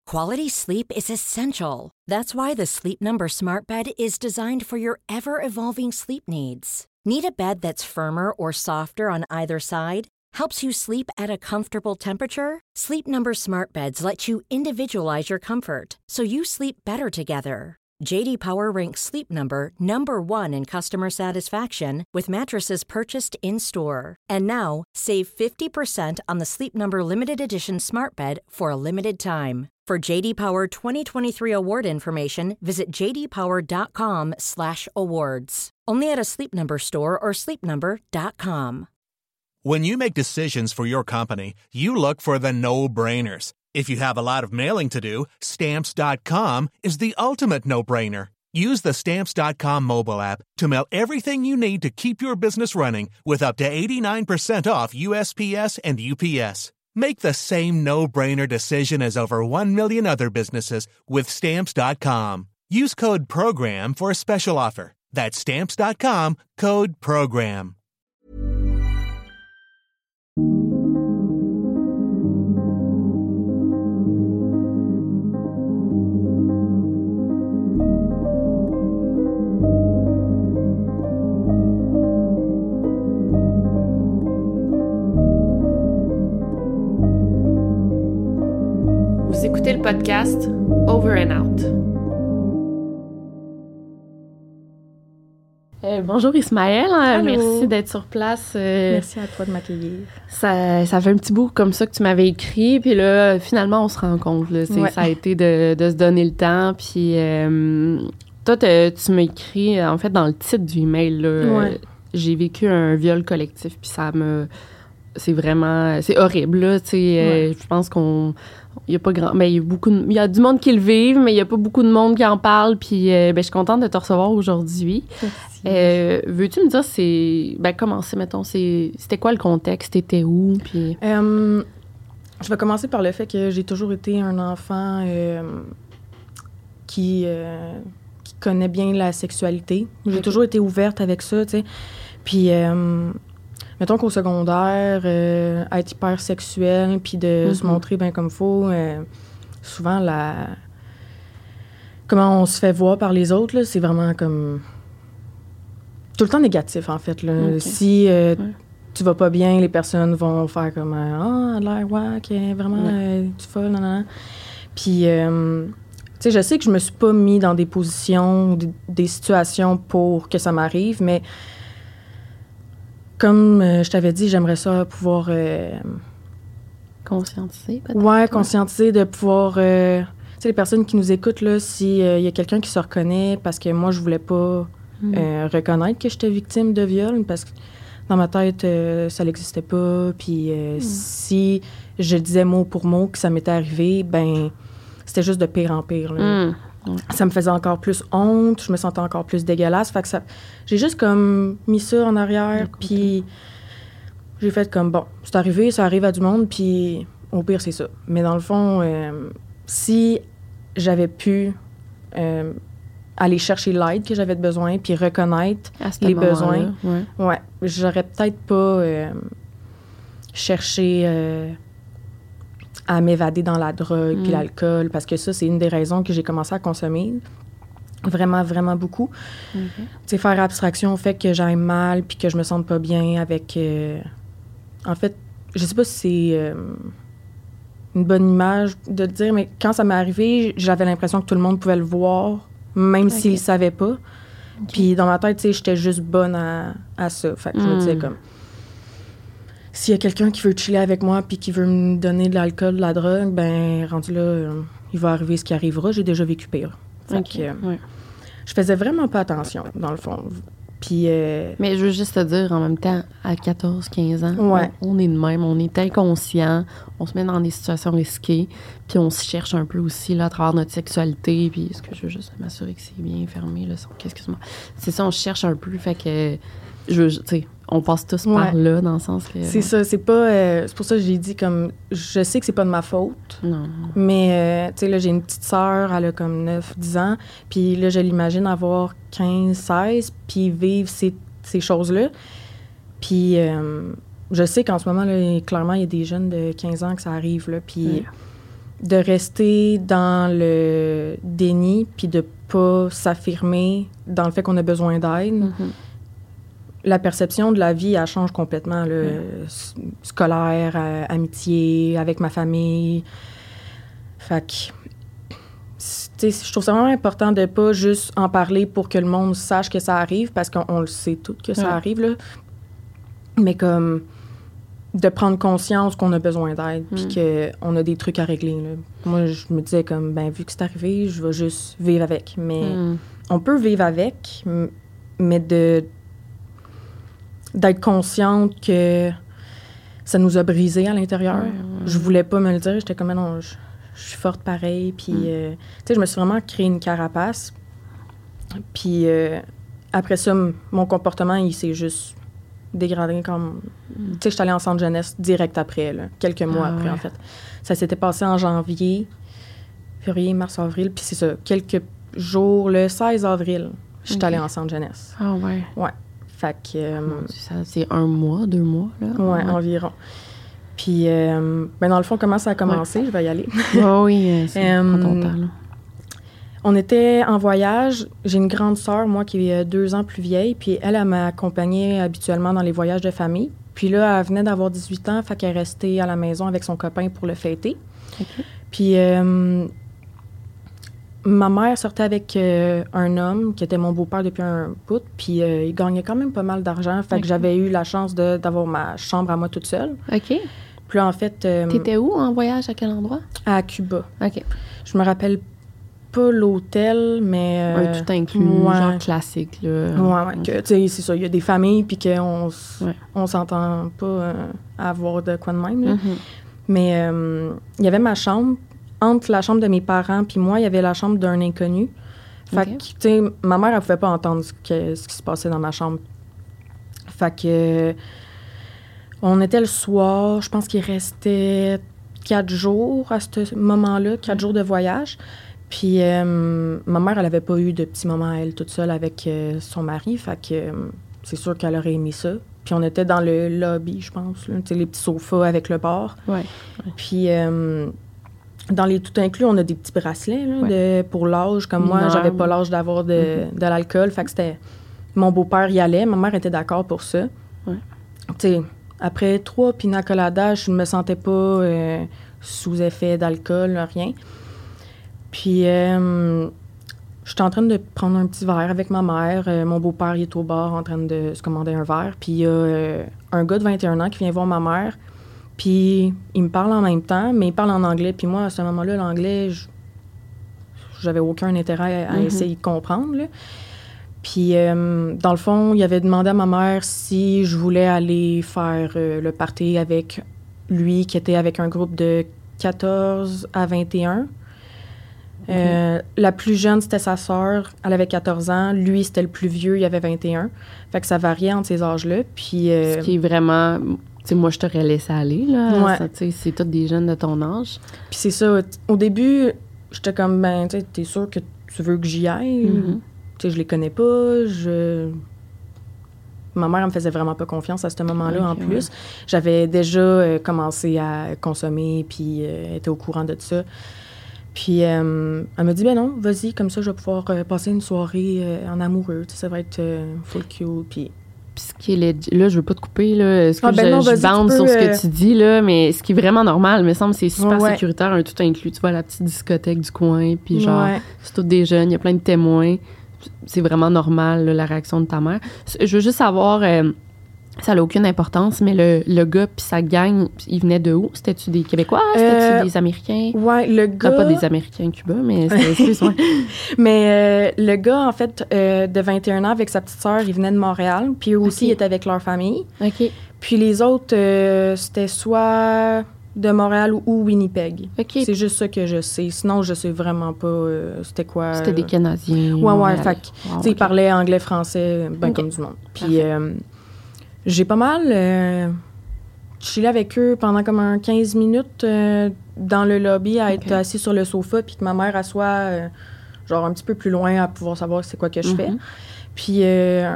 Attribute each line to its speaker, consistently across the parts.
Speaker 1: Quality sleep is essential. That's why the Sleep Number Smart Bed is designed for your ever-evolving sleep needs. Need a bed that's firmer or softer on either side? Helps you sleep at a comfortable temperature? Sleep Number Smart Beds let you individualize your comfort, so you sleep better together. J.D. Power ranks Sleep Number number 1 in customer satisfaction with mattresses purchased in-store. And now, save 50% on the Sleep Number Limited Edition Smart Bed for a limited time. For J.D. Power 2023 award information, visit jdpower.com/awards. Only at a Sleep Number store or sleepnumber.com.
Speaker 2: When you make decisions for your company, you look for the no-brainers. If you have a lot of mailing to do, Stamps.com is the ultimate no-brainer. Use the Stamps.com mobile app to mail everything you need to keep your business running with up to 89% off USPS and UPS. Make the same no-brainer decision as over 1 million other businesses with Stamps.com. Use code PROGRAM for a special offer. That's Stamps.com, code PROGRAM.
Speaker 3: Vous écoutez le podcast Over and Out. Bonjour Ismaël, merci d'être sur place.
Speaker 4: Merci à toi de m'accueillir.
Speaker 3: Ça fait un petit bout comme ça que tu m'avais écrit, puis là, finalement, on se rencontre. Là.
Speaker 4: Ouais.
Speaker 3: Ça a été de se donner le temps, puis toi, tu m'as écrit, en fait, dans le titre du email, là, j'ai vécu un viol collectif, puis ça me... C'est vraiment... C'est horrible, là, tu sais. Je pense qu'on... Il y a pas grand... Mais il y a du monde qui le vivent, mais il y a pas beaucoup de monde qui en parle, puis je suis contente de te recevoir aujourd'hui. Veux-tu me dire, commencer, mettons, c'était quoi le contexte? T'étais où? Puis...
Speaker 4: Je vais commencer par le fait que j'ai toujours été un enfant qui connaît bien la sexualité. J'ai toujours été ouverte avec ça, tu sais. Puis... mettons qu'au secondaire, être hyper sexuel, puis de se montrer bien comme il faut, souvent, comment on se fait voir par les autres, là, c'est vraiment comme... Tout le temps négatif, en fait. Là. Okay. Si tu vas pas bien, les personnes vont faire comme « Ah, elle a l'air wack, vraiment, tu folle, non, non. » Puis, tu sais, je sais que je me suis pas mis dans des positions ou des situations pour que ça m'arrive, mais... Comme je t'avais dit, j'aimerais ça pouvoir...
Speaker 3: conscientiser, peut-être?
Speaker 4: Ouais, conscientiser, de pouvoir... tu sais, les personnes qui nous écoutent, là, s'il y a quelqu'un qui se reconnaît, parce que moi, je voulais pas reconnaître que j'étais victime de viol, parce que dans ma tête, ça n'existait pas. Puis si je disais mot pour mot que ça m'était arrivé, ben c'était juste de pire en pire, là. Ça me faisait encore plus honte, je me sentais encore plus dégueulasse. Fait que j'ai juste comme mis ça en arrière, puis j'ai fait comme, bon, c'est arrivé, ça arrive à du monde, puis au pire, c'est ça. Mais dans le fond, si j'avais pu aller chercher l'aide que j'avais besoin, puis reconnaître les besoins, j'aurais peut-être pas cherché... à m'évader dans la drogue puis l'alcool, parce que ça, c'est une des raisons que j'ai commencé à consommer vraiment, vraiment beaucoup. Tu sais, faire abstraction au fait que j'aille mal puis que je me sente pas bien avec... En fait, je sais pas si c'est une bonne image de le dire, mais quand ça m'est arrivé, j'avais l'impression que tout le monde pouvait le voir, même s'ils le savaient pas. Puis dans ma tête, tu sais, j'étais juste bonne à ça. Fait que je me disais comme... S'il y a quelqu'un qui veut chiller avec moi puis qui veut me donner de l'alcool, de la drogue, ben rendu là, il va arriver ce qui arrivera. J'ai déjà vécu pire. Fait que, je faisais vraiment pas attention, dans le fond. Puis...
Speaker 3: Mais je veux juste te dire, en même temps, à 14, 15 ans, on est de même, on est inconscient, on se met dans des situations risquées, puis on se cherche un peu aussi là, à travers notre sexualité, puis est-ce que je veux juste m'assurer que c'est bien fermé, le son, excuse-moi. C'est ça, on se cherche un peu, fait que, tu sais, on passe tous par là, dans le sens que...
Speaker 4: C'est ça, c'est pas... c'est pour ça que j'ai dit, comme, je sais que c'est pas de ma faute, mais, tu sais, là, j'ai une petite sœur, elle a comme 9-10 ans, puis là, je l'imagine avoir 15-16, puis vivre ces choses-là. Puis, je sais qu'en ce moment, là, clairement, il y a des jeunes de 15 ans que ça arrive, là, puis de rester dans le déni puis de pas s'affirmer dans le fait qu'on a besoin d'aide, la perception de la vie, elle change complètement. Scolaire, amitié, avec ma famille. Fait que, je trouve ça vraiment important de pas juste en parler pour que le monde sache que ça arrive, parce qu'on le sait tout que ça arrive, là. Mais comme de prendre conscience qu'on a besoin d'aide, puis qu'on a des trucs à régler, là. Moi, je me disais comme, vu que c'est arrivé, je vais juste vivre avec. Mais on peut vivre avec, mais d'être consciente que ça nous a brisé à l'intérieur. Je voulais pas me le dire. J'étais comme, non, je suis forte pareil. Puis, je me suis vraiment créé une carapace. Puis, après ça, mon comportement, il s'est juste dégradé comme... Tu sais, j'étais allée en centre jeunesse direct après, là, quelques mois après, en fait. Ça s'était passé en janvier, février, mars, avril. Puis c'est ça, quelques jours, le 16 avril, j'étais allée en centre jeunesse.
Speaker 3: Ah ouais?
Speaker 4: Ouais. Fait que...
Speaker 3: ça, c'est 1 mois, 2 mois, là?
Speaker 4: Ouais, environ. Puis, dans le fond, comment ça a commencé? Je vais y aller.
Speaker 3: Oui, c'est prends ton temps, là.
Speaker 4: On était en voyage. J'ai une grande sœur, moi, qui est 2 ans plus vieille. Puis elle m'accompagnait habituellement dans les voyages de famille. Puis là, elle venait d'avoir 18 ans, fait qu'elle est restée à la maison avec son copain pour le fêter. Okay. Puis ma mère sortait avec un homme qui était mon beau-père depuis un bout. Puis il gagnait quand même pas mal d'argent. Fait que j'avais eu la chance d'avoir ma chambre à moi toute seule.
Speaker 3: OK.
Speaker 4: Puis là, en fait...
Speaker 3: T'étais où en voyage? À quel endroit?
Speaker 4: À Cuba.
Speaker 3: OK.
Speaker 4: Je me rappelle pas l'hôtel, mais...
Speaker 3: un tout inclus, genre classique, là.
Speaker 4: Ouais, que, tu sais, c'est ça, il y a des familles, puis qu'on on s'entend pas à avoir de quoi de même, là. Mais il y avait ma chambre. Entre la chambre de mes parents puis moi, il y avait la chambre d'un inconnu. Fait que, tu sais, ma mère, elle pouvait pas entendre ce qui se passait dans ma chambre. Fait que... on était le soir, je pense qu'il restait 4 jours à ce moment-là, 4 jours de voyage. Puis ma mère, elle avait pas eu de petits moments à elle toute seule avec son mari. Fait que c'est sûr qu'elle aurait aimé ça. Puis on était dans le lobby, je pense, là, tu sais, les petits sofas avec le bar. Ouais. Puis dans les tout inclus, on a des petits bracelets là, pour l'âge. Comme moi, j'avais pas l'âge d'avoir de l'alcool. Fait que c'était... Mon beau-père y allait. Ma mère était d'accord pour ça. Ouais. Tu sais, après 3 pina coladas, je me sentais pas sous effet d'alcool, rien. Puis, j'étais en train de prendre un petit verre avec ma mère. Mon beau-père, il est au bar en train de se commander un verre. Puis, il y a un gars de 21 ans qui vient voir ma mère. Puis, il me parle en même temps, mais il parle en anglais. Puis moi, à ce moment-là, l'anglais, j'avais aucun intérêt à essayer de comprendre, là. Puis, dans le fond, il avait demandé à ma mère si je voulais aller faire le party avec lui, qui était avec un groupe de 14 à 21. La plus jeune, c'était sa sœur. Elle avait 14 ans. Lui, c'était le plus vieux. Il avait 21. Fait que ça variait entre ces âges-là. Puis,
Speaker 3: ce qui est vraiment... Tu sais, moi, je t'aurais laissé aller, là. Ouais. Ça, tu sais, c'est tous des jeunes de ton âge.
Speaker 4: Puis c'est ça. Au début, j'étais comme, tu sais, t'es sûr que tu veux que j'y aille? Tu sais, je les connais pas. Ma mère, elle me faisait vraiment pas confiance à ce moment-là, en plus. J'avais déjà commencé à consommer, puis elle était au courant de ça. Puis, elle m'a dit, non, vas-y, comme ça, je vais pouvoir passer une soirée en amoureux. Tu sais, ça va être full cute. Puis
Speaker 3: ce qui est là, je veux pas te couper, là.
Speaker 4: Je
Speaker 3: bande sur ce que tu dis, là, mais ce qui est vraiment normal, me semble, c'est super sécuritaire, un tout inclus. Tu vas à la petite discothèque du coin, puis genre, c'est tous des jeunes, il y a plein de témoins. C'est vraiment normal, là, la réaction de ta mère. Je veux juste savoir... ça n'a aucune importance, mais le gars puis sa gang, il venait de où? C'était-tu des Québécois? C'était-tu des Américains?
Speaker 4: Ouais, le gars...
Speaker 3: pas des Américains Cuba, mais c'est ouais.
Speaker 4: Mais le gars, en fait, de 21 ans, avec sa petite sœur, il venait de Montréal. Puis eux aussi, ils étaient avec leur famille.
Speaker 3: OK.
Speaker 4: Puis les autres, c'était soit de Montréal ou Winnipeg.
Speaker 3: OK.
Speaker 4: C'est juste ça que je sais. Sinon, je sais vraiment pas c'était quoi.
Speaker 3: C'était des Canadiens.
Speaker 4: Ouais. Fait que, ils parlaient anglais, français, comme du monde. Puis... j'ai pas mal chillé avec eux pendant comme 15 minutes dans le lobby à être assis sur le sofa, puis que ma mère assoit genre un petit peu plus loin à pouvoir savoir c'est quoi que je fais. Puis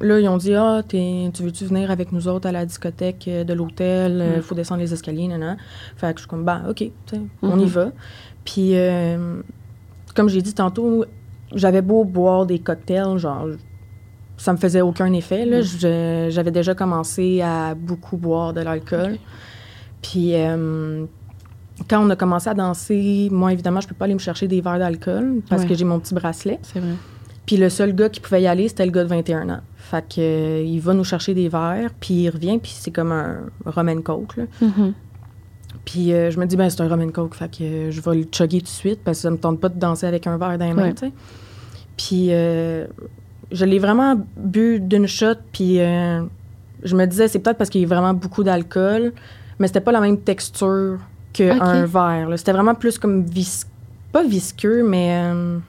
Speaker 4: là, ils ont dit, tu veux-tu venir avec nous autres à la discothèque de l'hôtel? Il faut descendre les escaliers, nanana. Fait que je suis comme, OK, on y va. Puis, comme j'ai dit tantôt, j'avais beau boire des cocktails, genre, ça me faisait aucun effet, là. J'avais déjà commencé à beaucoup boire de l'alcool. Okay. Puis, quand on a commencé à danser, moi, évidemment, je peux pas aller me chercher des verres d'alcool parce que j'ai mon petit bracelet.
Speaker 3: C'est vrai.
Speaker 4: Puis le seul gars qui pouvait y aller, c'était le gars de 21 ans. Fait que il va nous chercher des verres, puis il revient, puis c'est comme un rum and coke, là.
Speaker 3: Mm-hmm.
Speaker 4: Puis je me dis, c'est un rum and coke, fait que je vais le chugger tout de suite parce que ça me tente pas de danser avec un verre dans les mains, tu sais. Puis je l'ai vraiment bu d'une shot, puis je me disais, c'est peut-être parce qu'il y a vraiment beaucoup d'alcool, mais c'était pas la même texture qu'un verre, là. C'était vraiment plus comme pas visqueux, mais...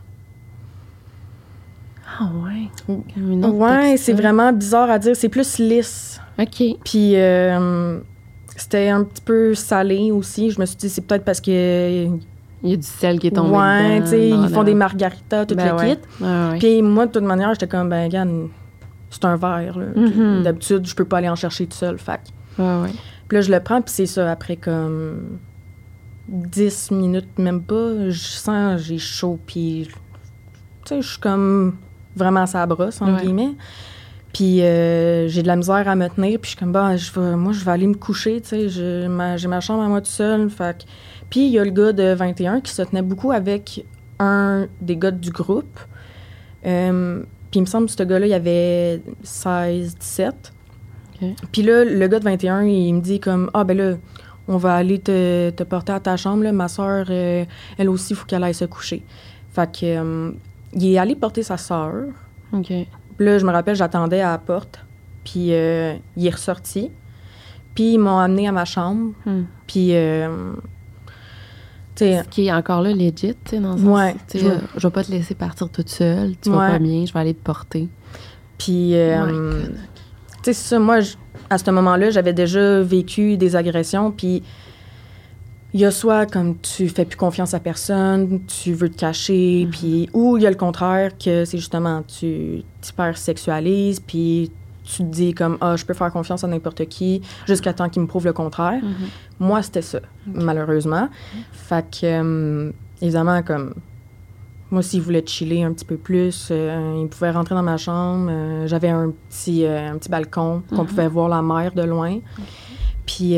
Speaker 3: Ah ouais.
Speaker 4: Ouais, c'est vraiment bizarre à dire. C'est plus lisse.
Speaker 3: OK.
Speaker 4: Puis c'était un petit peu salé aussi. Je me suis dit, c'est peut-être parce que...
Speaker 3: Il y a du sel qui est tombé
Speaker 4: dedans. Tu sais, ils font des margaritas, tout le kit.
Speaker 3: Ouais.
Speaker 4: Puis moi, de toute manière, j'étais comme, regarde, c'est un verre, là.
Speaker 3: Mm-hmm.
Speaker 4: D'habitude, je peux pas aller en chercher tout seul, fait.
Speaker 3: Ouais.
Speaker 4: Puis là, je le prends, puis c'est ça, après comme 10 minutes, même pas, je sens, j'ai chaud, puis... Tu sais, je suis comme... vraiment ça brosse, entre guillemets. Puis j'ai de la misère à me tenir, puis je suis comme, je vais aller me coucher, tu sais, j'ai ma chambre à moi tout seul, fait que... Puis il y a le gars de 21 qui se tenait beaucoup avec un des gars du groupe. Puis il me semble que ce gars-là, il avait 16, 17.
Speaker 3: Okay.
Speaker 4: Puis là, le gars de 21, il me dit comme, là, on va aller te porter à ta chambre, là. Ma soeur, elle aussi, il faut qu'elle aille se coucher. Fait que... il est allé porter sa sœur.
Speaker 3: OK.
Speaker 4: Puis là, je me rappelle, j'attendais à la porte. Puis il est ressorti. Puis ils m'ont amené à ma chambre. Puis, tu sais...
Speaker 3: Ce qui est encore là legit, tu sais, dans ce sens. Je vais pas te laisser partir toute seule. Tu vas pas bien, je vais aller te porter.
Speaker 4: Puis, tu sais, c'est ça. Moi, à ce moment-là, j'avais déjà vécu des agressions. Puis... il y a soit comme tu fais plus confiance à personne, tu veux te cacher, puis ou il y a le contraire, que c'est justement tu t'hypersexualises, puis tu te dis comme je peux faire confiance à n'importe qui jusqu'à temps qu'il me prouve le contraire. Moi, c'était ça, malheureusement. Fait que, évidemment, comme moi, s'il voulait chiller un petit peu plus, il pouvait rentrer dans ma chambre. J'avais un petit balcon qu'on pouvait voir la mer de loin. Puis...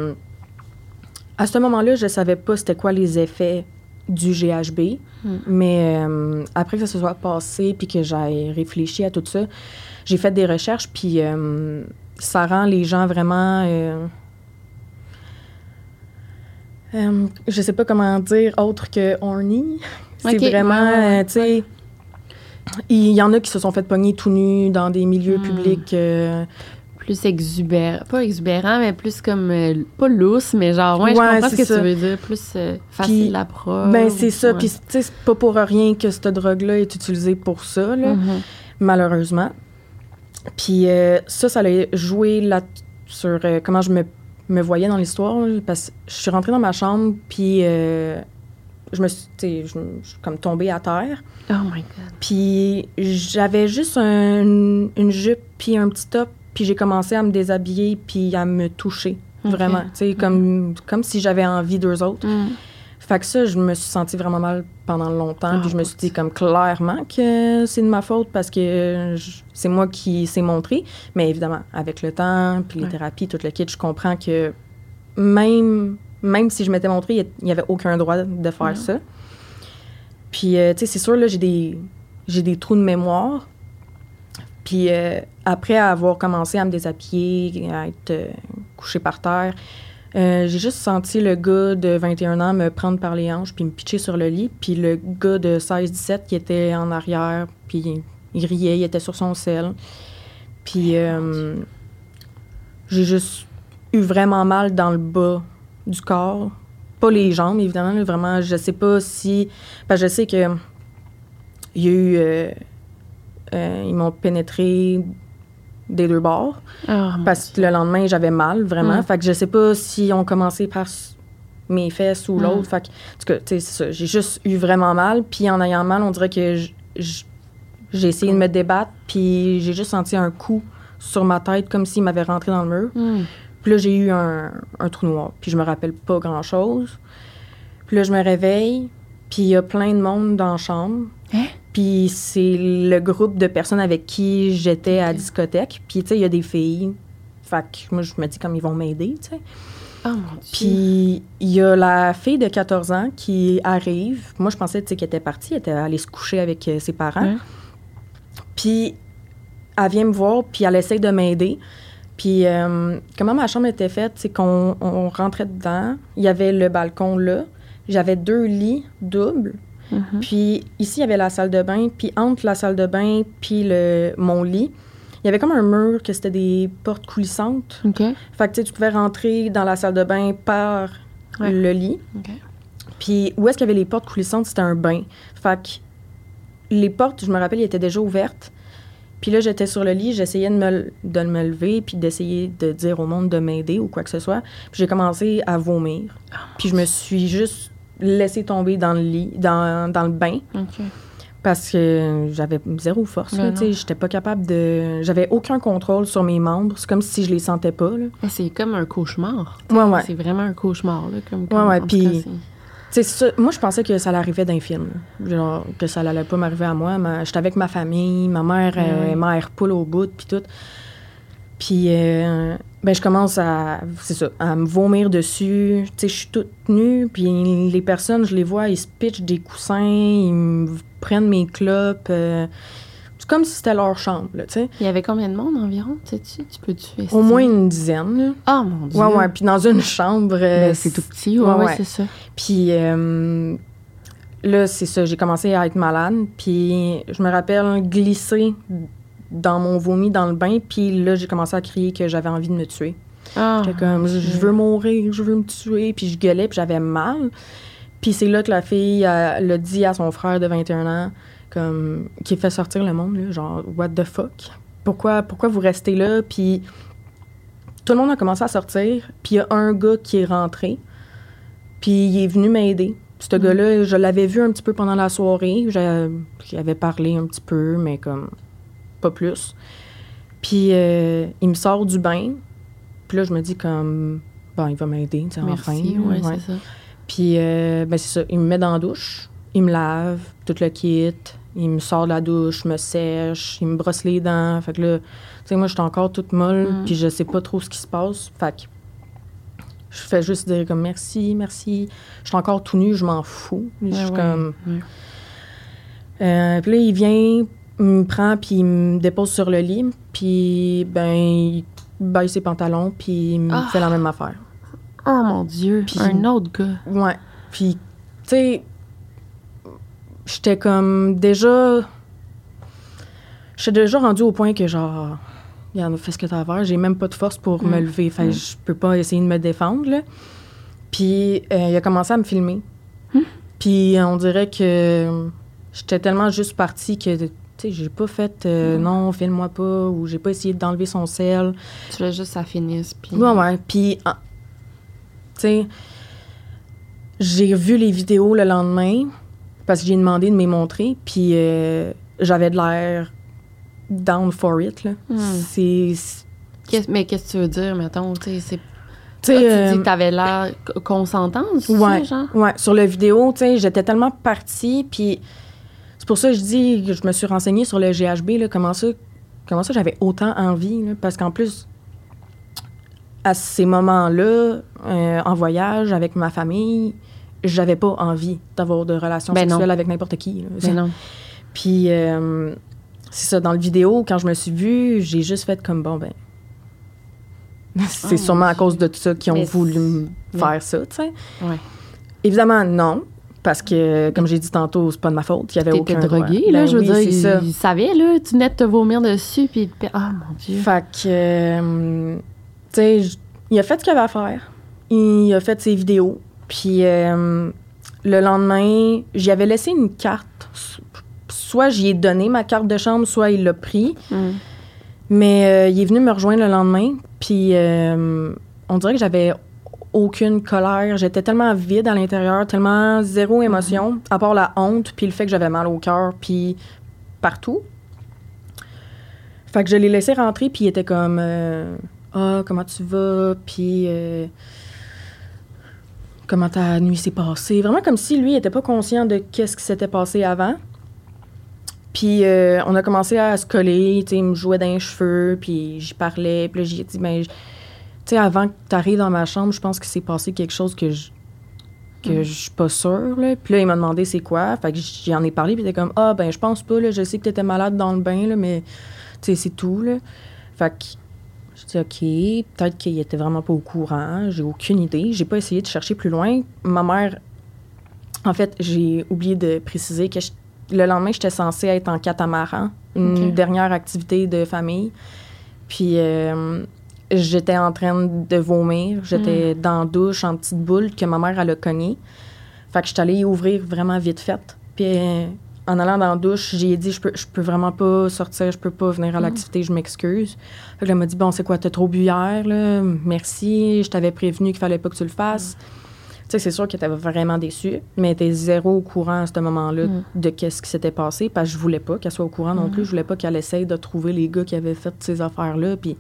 Speaker 4: à ce moment-là, je savais pas c'était quoi les effets du GHB, mais après que ça se soit passé puis que j'ai réfléchi à tout ça, j'ai fait des recherches puis ça rend les gens vraiment... je sais pas comment dire autre que horny. C'est vraiment, tu sais... Il y en a qui se sont fait pogner tout nus dans des milieux publics...
Speaker 3: plus exubérant, pas exubérant, mais plus comme, pas lousse, mais genre, je comprends ce que tu veux dire, plus facile d'approche.
Speaker 4: Ben, c'est ça, puis tu sais, c'est pas pour rien que cette drogue-là est utilisée pour ça, là, malheureusement. Puis ça a joué là sur comment je me voyais dans l'histoire, là, parce que je suis rentrée dans ma chambre, puis je me suis comme tombée à terre.
Speaker 3: Oh my God.
Speaker 4: Puis j'avais juste une jupe puis un petit top. Puis j'ai commencé à me déshabiller puis à me toucher, vraiment. Tu sais, comme si j'avais envie d'eux autres. Fait que ça, je me suis sentie vraiment mal pendant longtemps. Puis je me suis dit comme clairement que c'est de ma faute parce que c'est moi qui s'est montré. Mais évidemment, avec le temps, puis les thérapies, tout le kit, je comprends que même si je m'étais montrée, il n'y avait aucun droit de faire ça. Puis, tu sais, c'est sûr, là, j'ai des trous de mémoire. Puis après avoir commencé à me déshabiller, à être couchée par terre, j'ai juste senti le gars de 21 ans me prendre par les hanches puis me pitcher sur le lit. Puis le gars de 16-17 qui était en arrière, puis il riait, il était sur son sel. Puis j'ai juste eu vraiment mal dans le bas du corps. Pas les jambes, évidemment. Là, vraiment, je sais pas si... Parce que je sais que il y a eu... ils m'ont pénétré des deux bords. Parce que le lendemain, j'avais mal, vraiment. Fait que je sais pas si on commençait par mes fesses ou l'autre. Fait que, en tout cas, tu sais, c'est ça. J'ai juste eu vraiment mal. Puis en ayant mal, on dirait que J'ai essayé de me débattre, puis j'ai juste senti un coup sur ma tête, comme s'il m'avait rentré dans le mur. Puis là, j'ai eu un trou noir, puis je me rappelle pas grand-chose. Puis là, je me réveille, puis il y a plein de monde dans la chambre.
Speaker 3: Hein?
Speaker 4: Puis c'est le groupe de personnes avec qui j'étais à la discothèque. Puis, tu sais, il y a des filles. Fait que moi, je me dis comme ils vont m'aider, tu sais.
Speaker 3: Oh, mon Dieu.
Speaker 4: Puis il y a la fille de 14 ans qui arrive. Moi, je pensais, tu sais, qu'elle était partie. Elle était allée se coucher avec ses parents. Puis elle vient me voir, puis elle essaie de m'aider. Puis comment ma chambre était faite, c'est qu'on rentrait dedans. Il y avait le balcon là. J'avais 2 lits doubles. Puis ici, il y avait la salle de bain. Puis entre la salle de bain puis mon lit, il y avait comme un mur que c'était des portes coulissantes.
Speaker 3: OK.
Speaker 4: Fait que tu sais, tu pouvais rentrer dans la salle de bain par le lit.
Speaker 3: OK.
Speaker 4: Puis où est-ce qu'il y avait les portes coulissantes, c'était un bain. Fait que les portes, je me rappelle, elles étaient déjà ouvertes. Puis là, j'étais sur le lit, j'essayais de me lever puis d'essayer de dire au monde de m'aider ou quoi que ce soit. Puis j'ai commencé à vomir. Puis je me suis juste laissée tomber dans le lit, dans le bain.
Speaker 3: OK.
Speaker 4: Parce que j'avais zéro force. Tu sais, j'étais pas capable de... J'avais aucun contrôle sur mes membres. C'est comme si je les sentais pas, là.
Speaker 3: C'est comme un cauchemar.
Speaker 4: Ouais.
Speaker 3: C'est vraiment un cauchemar, là.
Speaker 4: Ouais. Puis, tu sais, moi, je pensais que ça l'arrivait d'un film. Genre, que ça allait pas m'arriver à moi. J'étais avec ma famille. Ma mère est mère poule au bout, puis tout. Puis, je commence à me vomir dessus. Tu sais, je suis toute nue. Puis les personnes, je les vois, ils se pitchent des coussins, ils me prennent mes clopes. C'est comme si c'était leur chambre, tu sais.
Speaker 3: Il y avait combien de monde environ, sais-tu? Tu peux-tu estimer?
Speaker 4: Au moins une dizaine, là.
Speaker 3: Ah, mon Dieu!
Speaker 4: Ouais. Puis dans une chambre...
Speaker 3: c'est tout petit, ouais, c'est ça.
Speaker 4: Puis là, c'est ça, j'ai commencé à être malade. Puis je me rappelle glisser dans mon vomi dans le bain. Puis là, j'ai commencé à crier que j'avais envie de me tuer. J'étais comme, je veux mourir, je veux me tuer. Puis je gueulais, puis j'avais mal. Puis c'est là que la fille l'a dit à son frère de 21 ans, comme, qui fait sortir le monde, là, genre, what the fuck? Pourquoi vous restez là? Puis tout le monde a commencé à sortir. Puis il y a un gars qui est rentré. Puis il est venu m'aider. Ce gars-là, je l'avais vu un petit peu pendant la soirée. J'avais parlé un petit peu, mais comme pas plus. Puis il me sort du bain. Puis là, je me dis comme, bon, il va m'aider, tu sais, enfin.
Speaker 3: Ouais, c'est ça.
Speaker 4: Puis, c'est ça. Il me met dans la douche. Il me lave, tout le kit. Il me sort de la douche, me sèche. Il me brosse les dents. Fait que là, tu sais, moi, je suis encore toute molle. Puis je sais pas trop ce qui se passe. Fait que je fais juste dire comme merci. Je suis encore tout nu, je m'en fous. Je suis comme... puis là, il vient, il me prend, puis il me dépose sur le lit. Puis, il baisse ses pantalons, puis il me fait la même affaire.
Speaker 3: Oh, mon Dieu! Puis, un autre gars.
Speaker 4: Ouais. Puis, tu sais, j'étais comme déjà... J'étais déjà rendue au point que, genre... Il en a fait ce que t'as à faire. J'ai même pas de force pour me lever. Fait je peux pas essayer de me défendre, là. Puis, il a commencé à me filmer. Puis, on dirait que j'étais tellement juste partie que, tu sais, j'ai pas fait non, filme-moi pas, ou j'ai pas essayé d'enlever son sel.
Speaker 3: Tu voulais juste que ça finisse. Puis...
Speaker 4: Ouais. Puis, tu sais, j'ai revu les vidéos le lendemain parce que j'ai demandé de me les montrer. Puis, j'avais de l'air down for it, là.
Speaker 3: Mais qu'est-ce que tu veux dire, mettons? Tu sais,
Speaker 4: tu
Speaker 3: dis que t'avais l'air consentante,
Speaker 4: ouais,
Speaker 3: ça, genre?
Speaker 4: Ouais, sur la vidéo, tu sais, j'étais tellement partie, puis c'est pour ça que je dis que je me suis renseignée sur le GHB, là, comment ça j'avais autant envie, là, parce qu'en plus, à ces moments-là, en voyage avec ma famille, j'avais pas envie d'avoir de relations sexuelles avec n'importe qui. Là,
Speaker 3: ben non.
Speaker 4: Puis, c'est ça, dans le vidéo, quand je me suis vue, j'ai juste fait comme, bon, c'est sûrement à cause de tout ça qu'ils ont voulu faire ça, tu sais.
Speaker 3: Ouais.
Speaker 4: Évidemment, non, parce que, comme j'ai dit tantôt, c'est pas de ma faute. Il y avait aucun
Speaker 3: drogué, là, je veux dire, il savait, là, tu venais de te vomir dessus, puis... Ah, mon Dieu!
Speaker 4: Fait que, tu sais, il a fait ce qu'il avait à faire. Il a fait ses vidéos, puis le lendemain, j'y avais laissé une carte. Soit j'y ai donné ma carte de chambre, soit il l'a pris. Mais il est venu me rejoindre le lendemain, puis on dirait que j'avais aucune colère. J'étais tellement vide à l'intérieur, tellement zéro émotion, à part la honte, puis le fait que j'avais mal au cœur, puis partout. Fait que je l'ai laissé rentrer, puis il était comme « Ah, comment tu vas? » Puis « Comment ta nuit s'est passée? » Vraiment comme si lui, il était pas conscient de qu'est-ce qui s'était passé avant. Puis on a commencé à se coller, tu sais, il me jouait dans les cheveux, puis j'y parlais. Puis là, j'ai dit « Ben, tu sais, avant que tu arrives dans ma chambre, je pense que c'est passé quelque chose que je suis pas sûre, là. » Puis là, il m'a demandé c'est quoi. Fait que j'en ai parlé, puis il était comme « Ah, ben, je pense pas, là. Je sais que t'étais malade dans le bain, là, mais, tu sais, c'est tout, là. » Fait que je dis « OK, peut-être qu'il était vraiment pas au courant. J'ai aucune idée. J'ai pas essayé de chercher plus loin. » Ma mère, en fait, j'ai oublié de préciser que le lendemain, j'étais censée être en catamaran, une dernière activité de famille. Puis j'étais en train de vomir. J'étais dans la douche en petite boule que ma mère, elle a cognée. Fait que je suis allée ouvrir vraiment vite fait. Puis en allant dans la douche, j'ai dit je peux vraiment pas sortir, je peux pas venir à l'activité, je m'excuse. Fait que là, elle m'a dit bon, c'est quoi, t'as trop bu hier, là? Merci, je t'avais prévenu qu'il fallait pas que tu le fasses. Tu sais, c'est sûr qu'elle était vraiment déçue, mais elle était zéro au courant à ce moment-là de qu'est-ce qui s'était passé, parce que je voulais pas qu'elle soit au courant non plus. Je voulais pas qu'elle essaye de trouver les gars qui avaient fait ces affaires-là, puis...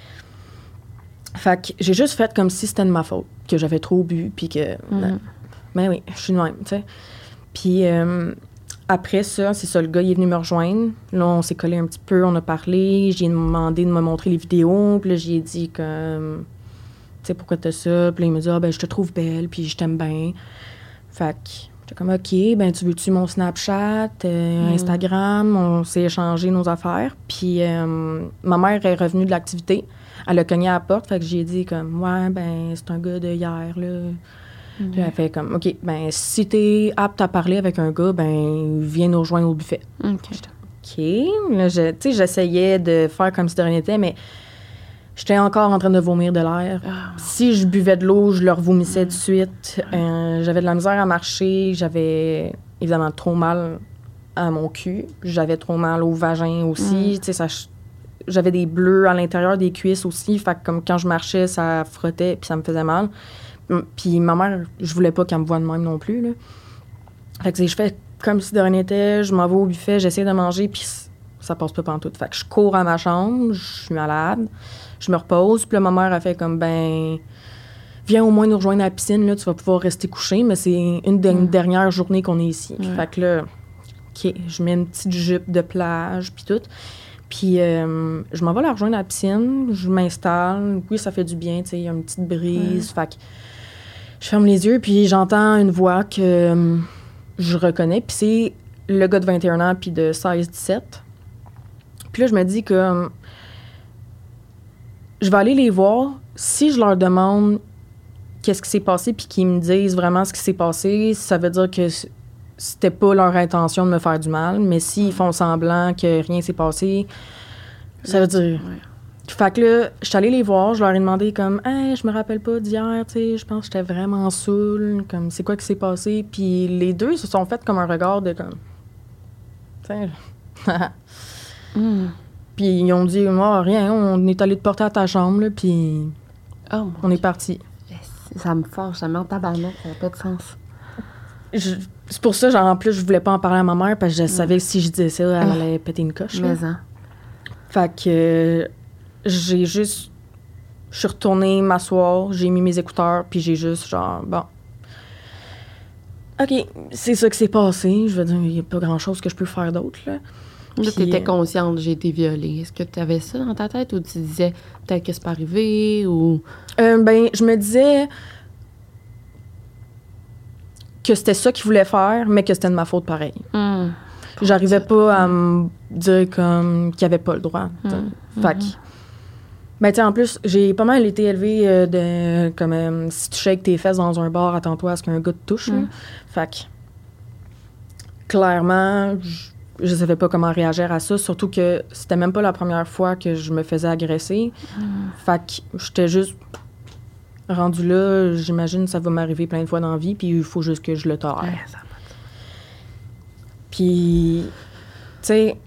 Speaker 4: Fait que j'ai juste fait comme si c'était de ma faute, que j'avais trop bu, puis que... Ben oui, je suis de même, tu sais. Puis après ça, c'est ça, le gars, il est venu me rejoindre. Là, on s'est collé un petit peu, on a parlé, j'ai demandé de me montrer les vidéos, puis là, j'ai dit comme... Tu sais, pourquoi t'as ça? Puis là, il me dit, ah, ben, je te trouve belle, puis je t'aime bien. Fait que j'étais comme, OK, ben, tu veux-tu mon Snapchat, Instagram? On s'est échangé nos affaires. Puis ma mère est revenue de l'activité. Elle a cogné à la porte, fait que j'ai dit, comme, ouais, ben, c'est un gars de hier, là. Puis elle fait comme, OK, ben, si t'es apte à parler avec un gars, ben, viens nous rejoindre au buffet. J'étais, OK. Là, tu sais, j'essayais de faire comme si de rien n'était, mais. J'étais encore en train de vomir de l'air. Si je buvais de l'eau, je le revomissais tout de suite. J'avais de la misère à marcher. J'avais évidemment trop mal à mon cul. J'avais trop mal au vagin aussi. Tu sais, j'avais des bleus à l'intérieur des cuisses aussi. Fait que comme quand je marchais, ça frottait puis ça me faisait mal. Puis ma mère, je voulais pas qu'elle me voie de même non plus, là. Fait que je fais comme si de rien n'était. Je m'en vais au buffet, j'essaie de manger puis ça passe pas pantoute. Fait que je cours à ma chambre, je suis malade. Je me repose, puis là, ma mère a fait comme, ben, viens au moins nous rejoindre à la piscine, là, tu vas pouvoir rester couché, mais c'est une dernière journée qu'on est ici. Fait que là, OK, je mets une petite jupe de plage, puis tout. Puis je m'en vais la rejoindre à la piscine, je m'installe. Oui, ça fait du bien, tu sais, il y a une petite brise. Fait que je ferme les yeux, puis j'entends une voix que je reconnais, puis c'est le gars de 21 ans, puis de 16-17. Puis là, je me dis que... je vais aller les voir. Si je leur demande qu'est-ce qui s'est passé puis qu'ils me disent vraiment ce qui s'est passé, ça veut dire que c'était pas leur intention de me faire du mal. Mais s'ils font semblant que rien s'est passé, ça veut dire... Fait que là, je suis allée les voir. Je leur ai demandé comme « Hey, je me rappelle pas d'hier, tu sais, je pense que j'étais vraiment saoule. Comme, c'est quoi qui s'est passé? » Puis les deux se sont fait comme un regard de comme... Tu sais... Puis ils ont dit, moi, rien, on est allé te porter à ta chambre, là, puis on est parti.
Speaker 3: Ça me force, ça me met en tabarnak, ça n'a pas de sens.
Speaker 4: C'est pour ça, genre, en plus, je voulais pas en parler à ma mère, parce que je savais que si je disais ça, elle allait péter une coche.
Speaker 3: Mais
Speaker 4: Fait que j'ai juste... Je suis retournée m'asseoir, j'ai mis mes écouteurs, puis j'ai juste, genre, bon... OK, c'est ça qui s'est passé. Je veux dire, il n'y a pas grand-chose que je peux faire d'autre, là.
Speaker 3: Là, tu étais consciente, j'ai été violée. Est-ce que tu avais ça dans ta tête ou tu disais peut-être que c'est pas arrivé ou...
Speaker 4: Ben, je me disais que c'était ça qu'il voulait faire, mais que c'était de ma faute pareil. J'arrivais pas à me dire comme qu'il avait pas le droit. Fait que... Ben, tu sais, en plus, j'ai pas mal été élevée de... Comme, si tu shakes tes fesses dans un bar, attends-toi à ce qu'un gars te touche. Fait que... Clairement... Je savais pas comment réagir à ça, surtout que c'était même pas la première fois que je me faisais agresser. Fait que j'étais juste rendue là, j'imagine que ça va m'arriver plein de fois dans la vie, puis il faut juste que je le tolère. Puis, tu sais,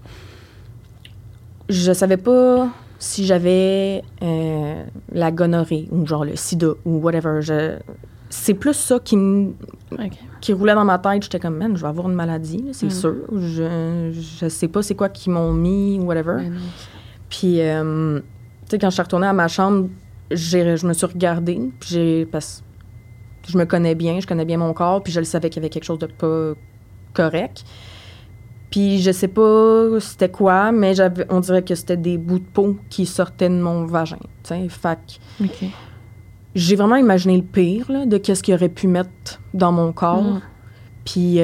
Speaker 4: je savais pas si j'avais la gonorrhée ou genre le sida ou whatever. C'est plus ça qui roulait dans ma tête. J'étais comme, man, je vais avoir une maladie, là, c'est sûr. Je sais pas c'est quoi qu'ils m'ont mis ou whatever. Puis, tu sais, quand je suis retournée à ma chambre, je me suis regardée, puis parce que je me connais bien, je connais bien mon corps, puis je le savais qu'il y avait quelque chose de pas correct. Puis je sais pas c'était quoi, mais on dirait que c'était des bouts de peau qui sortaient de mon vagin, tu sais. Fait que j'ai vraiment imaginé le pire, là, de qu'est-ce qu'il aurait pu mettre dans mon corps. Puis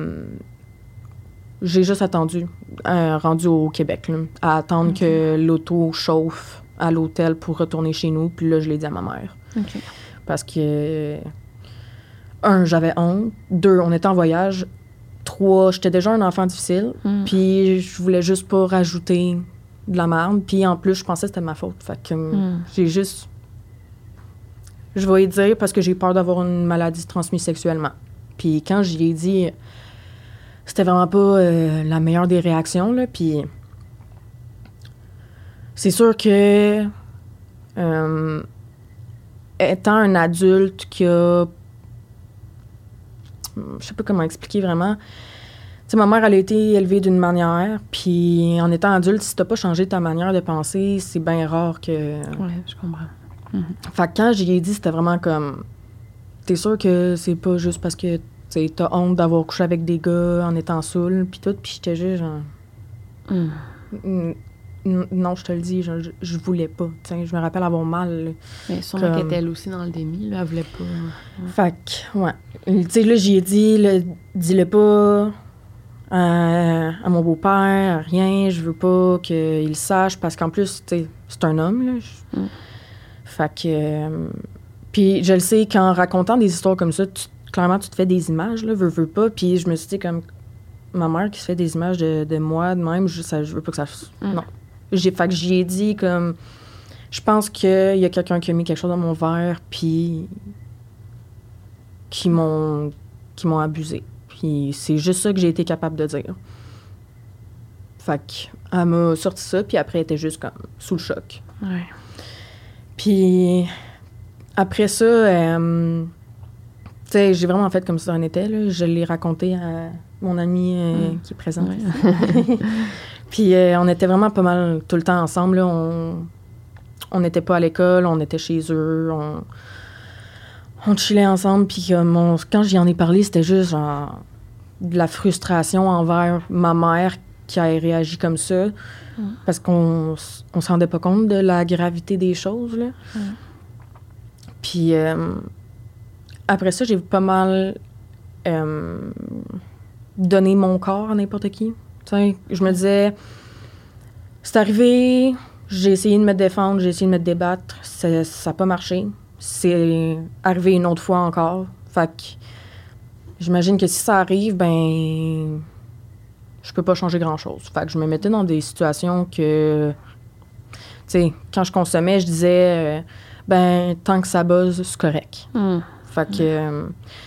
Speaker 4: j'ai juste attendu, rendu au Québec, là, à attendre que l'auto chauffe à l'hôtel pour retourner chez nous. Puis là, je l'ai dit à ma mère. Parce que, 1, j'avais honte. 2, on était en voyage. 3, j'étais déjà un enfant difficile. Puis je voulais juste pas rajouter de la merde. Puis en plus, je pensais que c'était ma faute. Fait que j'ai juste... Je vais y dire parce que j'ai peur d'avoir une maladie transmise sexuellement. Puis quand j'y ai dit... C'était vraiment pas la meilleure des réactions, là. Puis c'est sûr que... étant un adulte qui a... Je sais pas comment expliquer vraiment. Tu sais, ma mère, elle a été élevée d'une manière, puis en étant adulte, si t'as pas changé ta manière de penser, c'est bien rare que...
Speaker 3: Ouais, je comprends.
Speaker 4: Fait que quand j'y ai dit, c'était vraiment comme... T'es sûr que c'est pas juste parce que t'as honte d'avoir couché avec des gars en étant saoul, puis tout, puis j'étais juste genre... Non, je te le dis, je voulais pas. T'sais, je me rappelle avoir mal. Là,
Speaker 3: mais sûrement qu'elle était elle aussi dans le déni, là, elle voulait pas...
Speaker 4: Fait que, ouais. Tu sais, là, j'y ai dit, dis-le pas à mon beau-père, à rien, je veux pas qu'il le sache, parce qu'en plus, tu sais, c'est un homme, là. Fait que... puis je le sais, qu'en racontant des histoires comme ça, clairement, tu te fais des images, là, veux pas, puis je me suis dit, comme, ma mère qui se fait des images de moi, de même, je veux pas que ça... Non. Fait que j'y ai dit, comme, je pense qu'il y a quelqu'un qui a mis quelque chose dans mon verre, puis qui m'ont abusé. Puis c'est juste ça que j'ai été capable de dire. Fait qu'elle m'a sorti ça, puis après, elle était juste comme sous le choc.
Speaker 3: Ouais.
Speaker 4: Puis après ça, tu sais, j'ai vraiment fait comme ça en était, là. Je l'ai raconté à mon ami qui est présent. Ouais. Puis on était vraiment pas mal tout le temps ensemble, là. On n'était pas à l'école, on était chez eux, on chillait ensemble. Puis quand j'y en ai parlé, c'était juste genre de la frustration envers ma mère qui a réagi comme ça. Parce qu'on se rendait pas compte de la gravité des choses, là. Puis après ça, j'ai pas mal donné mon corps à n'importe qui. T'sais, je me disais, c'est arrivé, j'ai essayé de me défendre, j'ai essayé de me débattre, ça n'a pas marché. C'est arrivé une autre fois encore. Fait que j'imagine que si ça arrive, ben je peux pas changer grand-chose. Fait que je me mettais dans des situations que, tu sais, quand je consommais, je disais, ben tant que ça buzz, c'est correct. Fait que...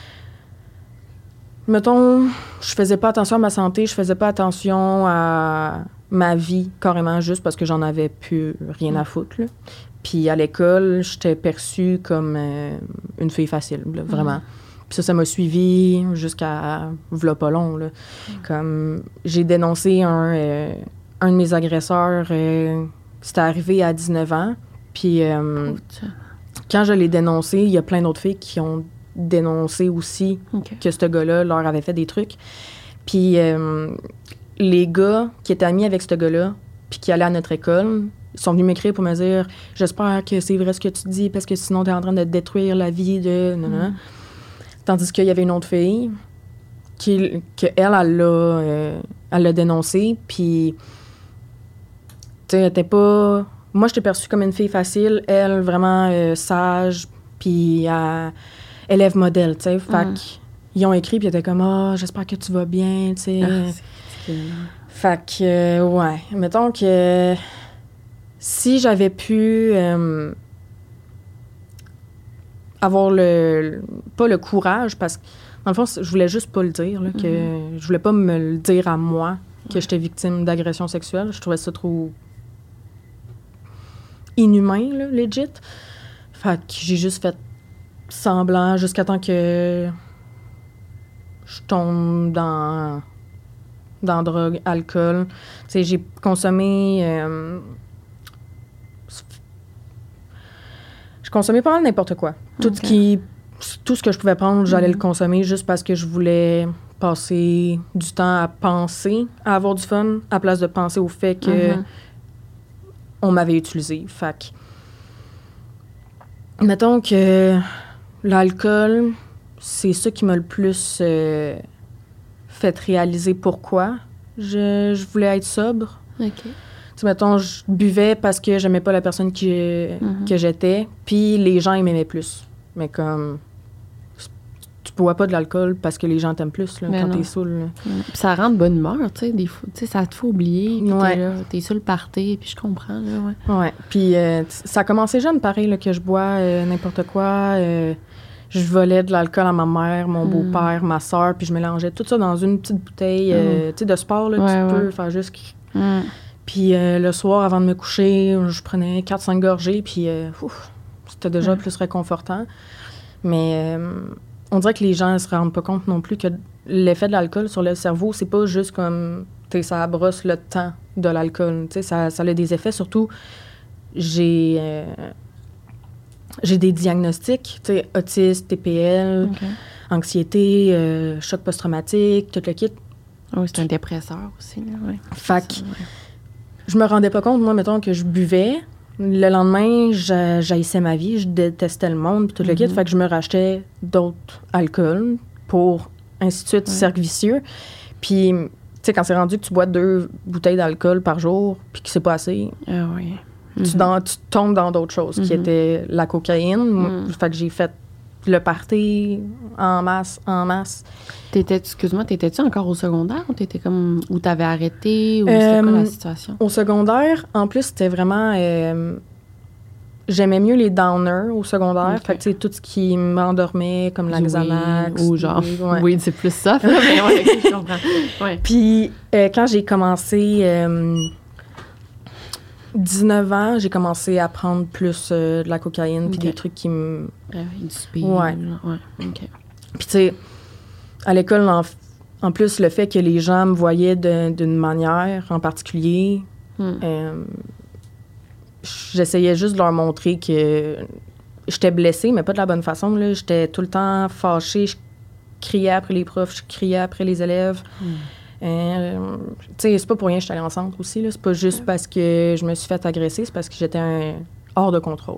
Speaker 4: mettons, je faisais pas attention à ma santé, je faisais pas attention à ma vie, carrément, juste parce que j'en avais plus rien à foutre, là. Puis à l'école, j'étais perçue comme une fille facile, là, vraiment. Puis ça m'a suivie jusqu'à v'là pas long, là. Comme, j'ai dénoncé un de mes agresseurs, c'était arrivé à 19 ans, puis quand je l'ai dénoncé, il y a plein d'autres filles qui ont dénoncé aussi que ce gars-là leur avait fait des trucs. Puis les gars qui étaient amis avec ce gars-là, puis qui allaient à notre école, ils sont venus m'écrire pour me dire « J'espère que c'est vrai ce que tu dis, parce que sinon, t'es en train de détruire la vie de... » Tandis qu'il y avait une autre fille elle l'a dénoncé, puis tu sais, elle était pas... Moi, j'étais perçue comme une fille facile, elle, vraiment sage, puis élève modèle, tu sais. Fait qu'ils ont écrit, puis ils étaient comme « Ah, j'espère que tu vas bien, tu sais. » Fait que, ouais. Mettons que si j'avais pu avoir pas le courage, parce que, dans le fond, je voulais juste pas le dire, là, que je voulais pas me le dire à moi que j'étais victime d'agression sexuelle. Je trouvais ça trop inhumain, là, legit. Fait que j'ai juste fait semblant jusqu'à temps que je tombe dans drogue, alcool. Tu sais, j'ai consommé consommais pas mal n'importe quoi. Tout ce que je pouvais prendre, j'allais le consommer juste parce que je voulais passer du temps à penser à avoir du fun, à place de penser au fait que on m'avait utilisé. Fait que, mettons que l'alcool, c'est ça qui m'a le plus fait réaliser pourquoi je voulais être sobre.
Speaker 3: OK.
Speaker 4: Tu sais, mettons, je buvais parce que j'aimais pas la personne que j'étais, puis les gens, ils m'aimaient plus. Mais comme... Tu bois pas de l'alcool parce que les gens t'aiment plus, là, quand t'es saoul. Là.
Speaker 3: Puis ça rend de bonne humeur, tu sais, des fois. Tu sais, ça te fait oublier, puis t'es sur le party, puis je comprends, là,
Speaker 4: Ouais. Puis ça a commencé jeune, pareil, là, que je bois n'importe quoi. Je volais de l'alcool à ma mère, mon beau-père, ma soeur, puis je mélangeais tout ça dans une petite bouteille, tu sais, de sport, là, tu peux faire juste... Puis le soir, avant de me coucher, je prenais 4-5 gorgées, puis c'était déjà plus réconfortant. Mais on dirait que les gens ne se rendent pas compte non plus que l'effet de l'alcool sur le cerveau, c'est pas juste comme, tu sais, ça brosse le temps de l'alcool. Tu sais, ça a des effets, surtout, j'ai des diagnostics, tu sais, autisme, TPL, anxiété, choc post-traumatique, tout le kit.
Speaker 3: Oui, c'est un dépresseur aussi, là, ouais.
Speaker 4: Fait que je me rendais pas compte, moi, mettons, que je buvais. Le lendemain, j'haïssais ma vie, je détestais le monde, puis tout le kit. Fait que je me rachetais d'autres alcools pour, ainsi de suite, cercle vicieux. Puis, tu sais, quand c'est rendu que tu bois 2 bouteilles d'alcool par jour, puis que c'est pas assez, tu tombes dans d'autres choses, qui étaient la cocaïne. Fait que j'ai fait le party en masse.
Speaker 3: T'étais-tu encore au secondaire ou t'étais comme... Ou t'avais arrêté ou c'était quoi la situation?
Speaker 4: Au secondaire, en plus, c'était vraiment... j'aimais mieux les downers au secondaire. Fait que, tu sais, tout ce qui m'endormait, comme la Xanax.
Speaker 3: Ou genre... Oui, c'est plus ça. Mais ouais, je comprends. Ouais.
Speaker 4: Puis, quand j'ai commencé... 19 ans, j'ai commencé à prendre plus de la cocaïne puis des trucs qui me...
Speaker 3: du speed.
Speaker 4: Ouais.
Speaker 3: OK.
Speaker 4: Puis, tu sais, à l'école, en plus, le fait que les gens me voyaient d'une manière en particulier, j'essayais juste de leur montrer que j'étais blessée, mais pas de la bonne façon. Là. J'étais tout le temps fâchée. Je criais après les profs, je criais après les élèves. Tu sais, c'est pas pour rien que je suis allée en centre aussi. Là. C'est pas juste parce que je me suis fait agresser, c'est parce que j'étais hors de contrôle.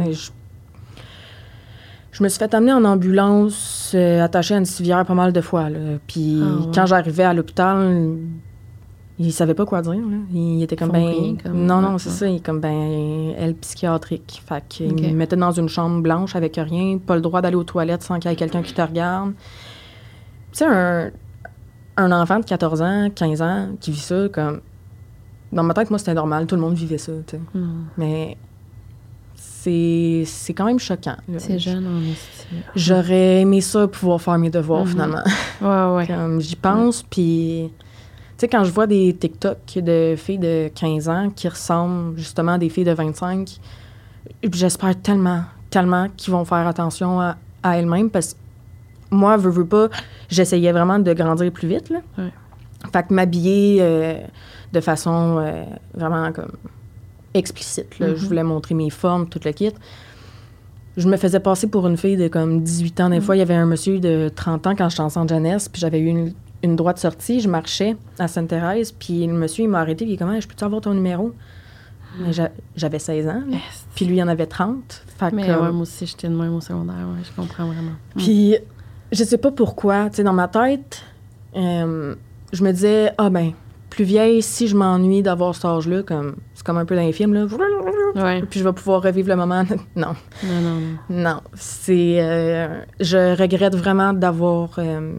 Speaker 4: Je me suis fait amener en ambulance, attachée à une civière pas mal de fois. Là. Puis quand j'arrivais à l'hôpital, il savait pas quoi dire. Là. Il était comme Non, c'est ça. Il est comme elle psychiatrique. Fait qu'il me mettait dans une chambre blanche avec rien, pas le droit d'aller aux toilettes sans qu'il y ait quelqu'un qui te regarde. Tu sais, un enfant de 14 ans, 15 ans qui vit ça, comme... Dans ma tête, moi, c'était normal. Tout le monde vivait ça, tu sais. Mais c'est quand même choquant. Là.
Speaker 3: C'est jeune, en estime.
Speaker 4: J'aurais aimé ça, pouvoir faire mes devoirs, finalement.
Speaker 3: Ouais.
Speaker 4: Comme j'y pense, puis... Tu sais, quand je vois des TikTok de filles de 15 ans qui ressemblent justement à des filles de 25, j'espère tellement qu'ils vont faire attention à elles-mêmes, parce que moi, veux pas, j'essayais vraiment de grandir plus vite, là.
Speaker 3: Ouais.
Speaker 4: Fait que m'habiller de façon vraiment comme explicite, là. Je voulais montrer mes formes, tout le kit. Je me faisais passer pour une fille de comme 18 ans. Des fois, il y avait un monsieur de 30 ans quand j'étais en centre jeunesse, puis j'avais eu une droite sortie. Je marchais à Sainte-Thérèse, puis le monsieur, il m'a arrêté, puis il est comme « Je peux-tu avoir ton numéro? » Mais j'avais 16 ans, là. Puis lui, il en avait 30. Fait
Speaker 3: mais moi aussi, j'étais de même au secondaire, je comprends vraiment.
Speaker 4: Puis... Je sais pas pourquoi, tu sais, dans ma tête, je me disais, plus vieille, si je m'ennuie d'avoir cet âge-là, c'est comme un peu dans les films, là, puis je vais pouvoir revivre le moment. Non, c'est... je regrette vraiment d'avoir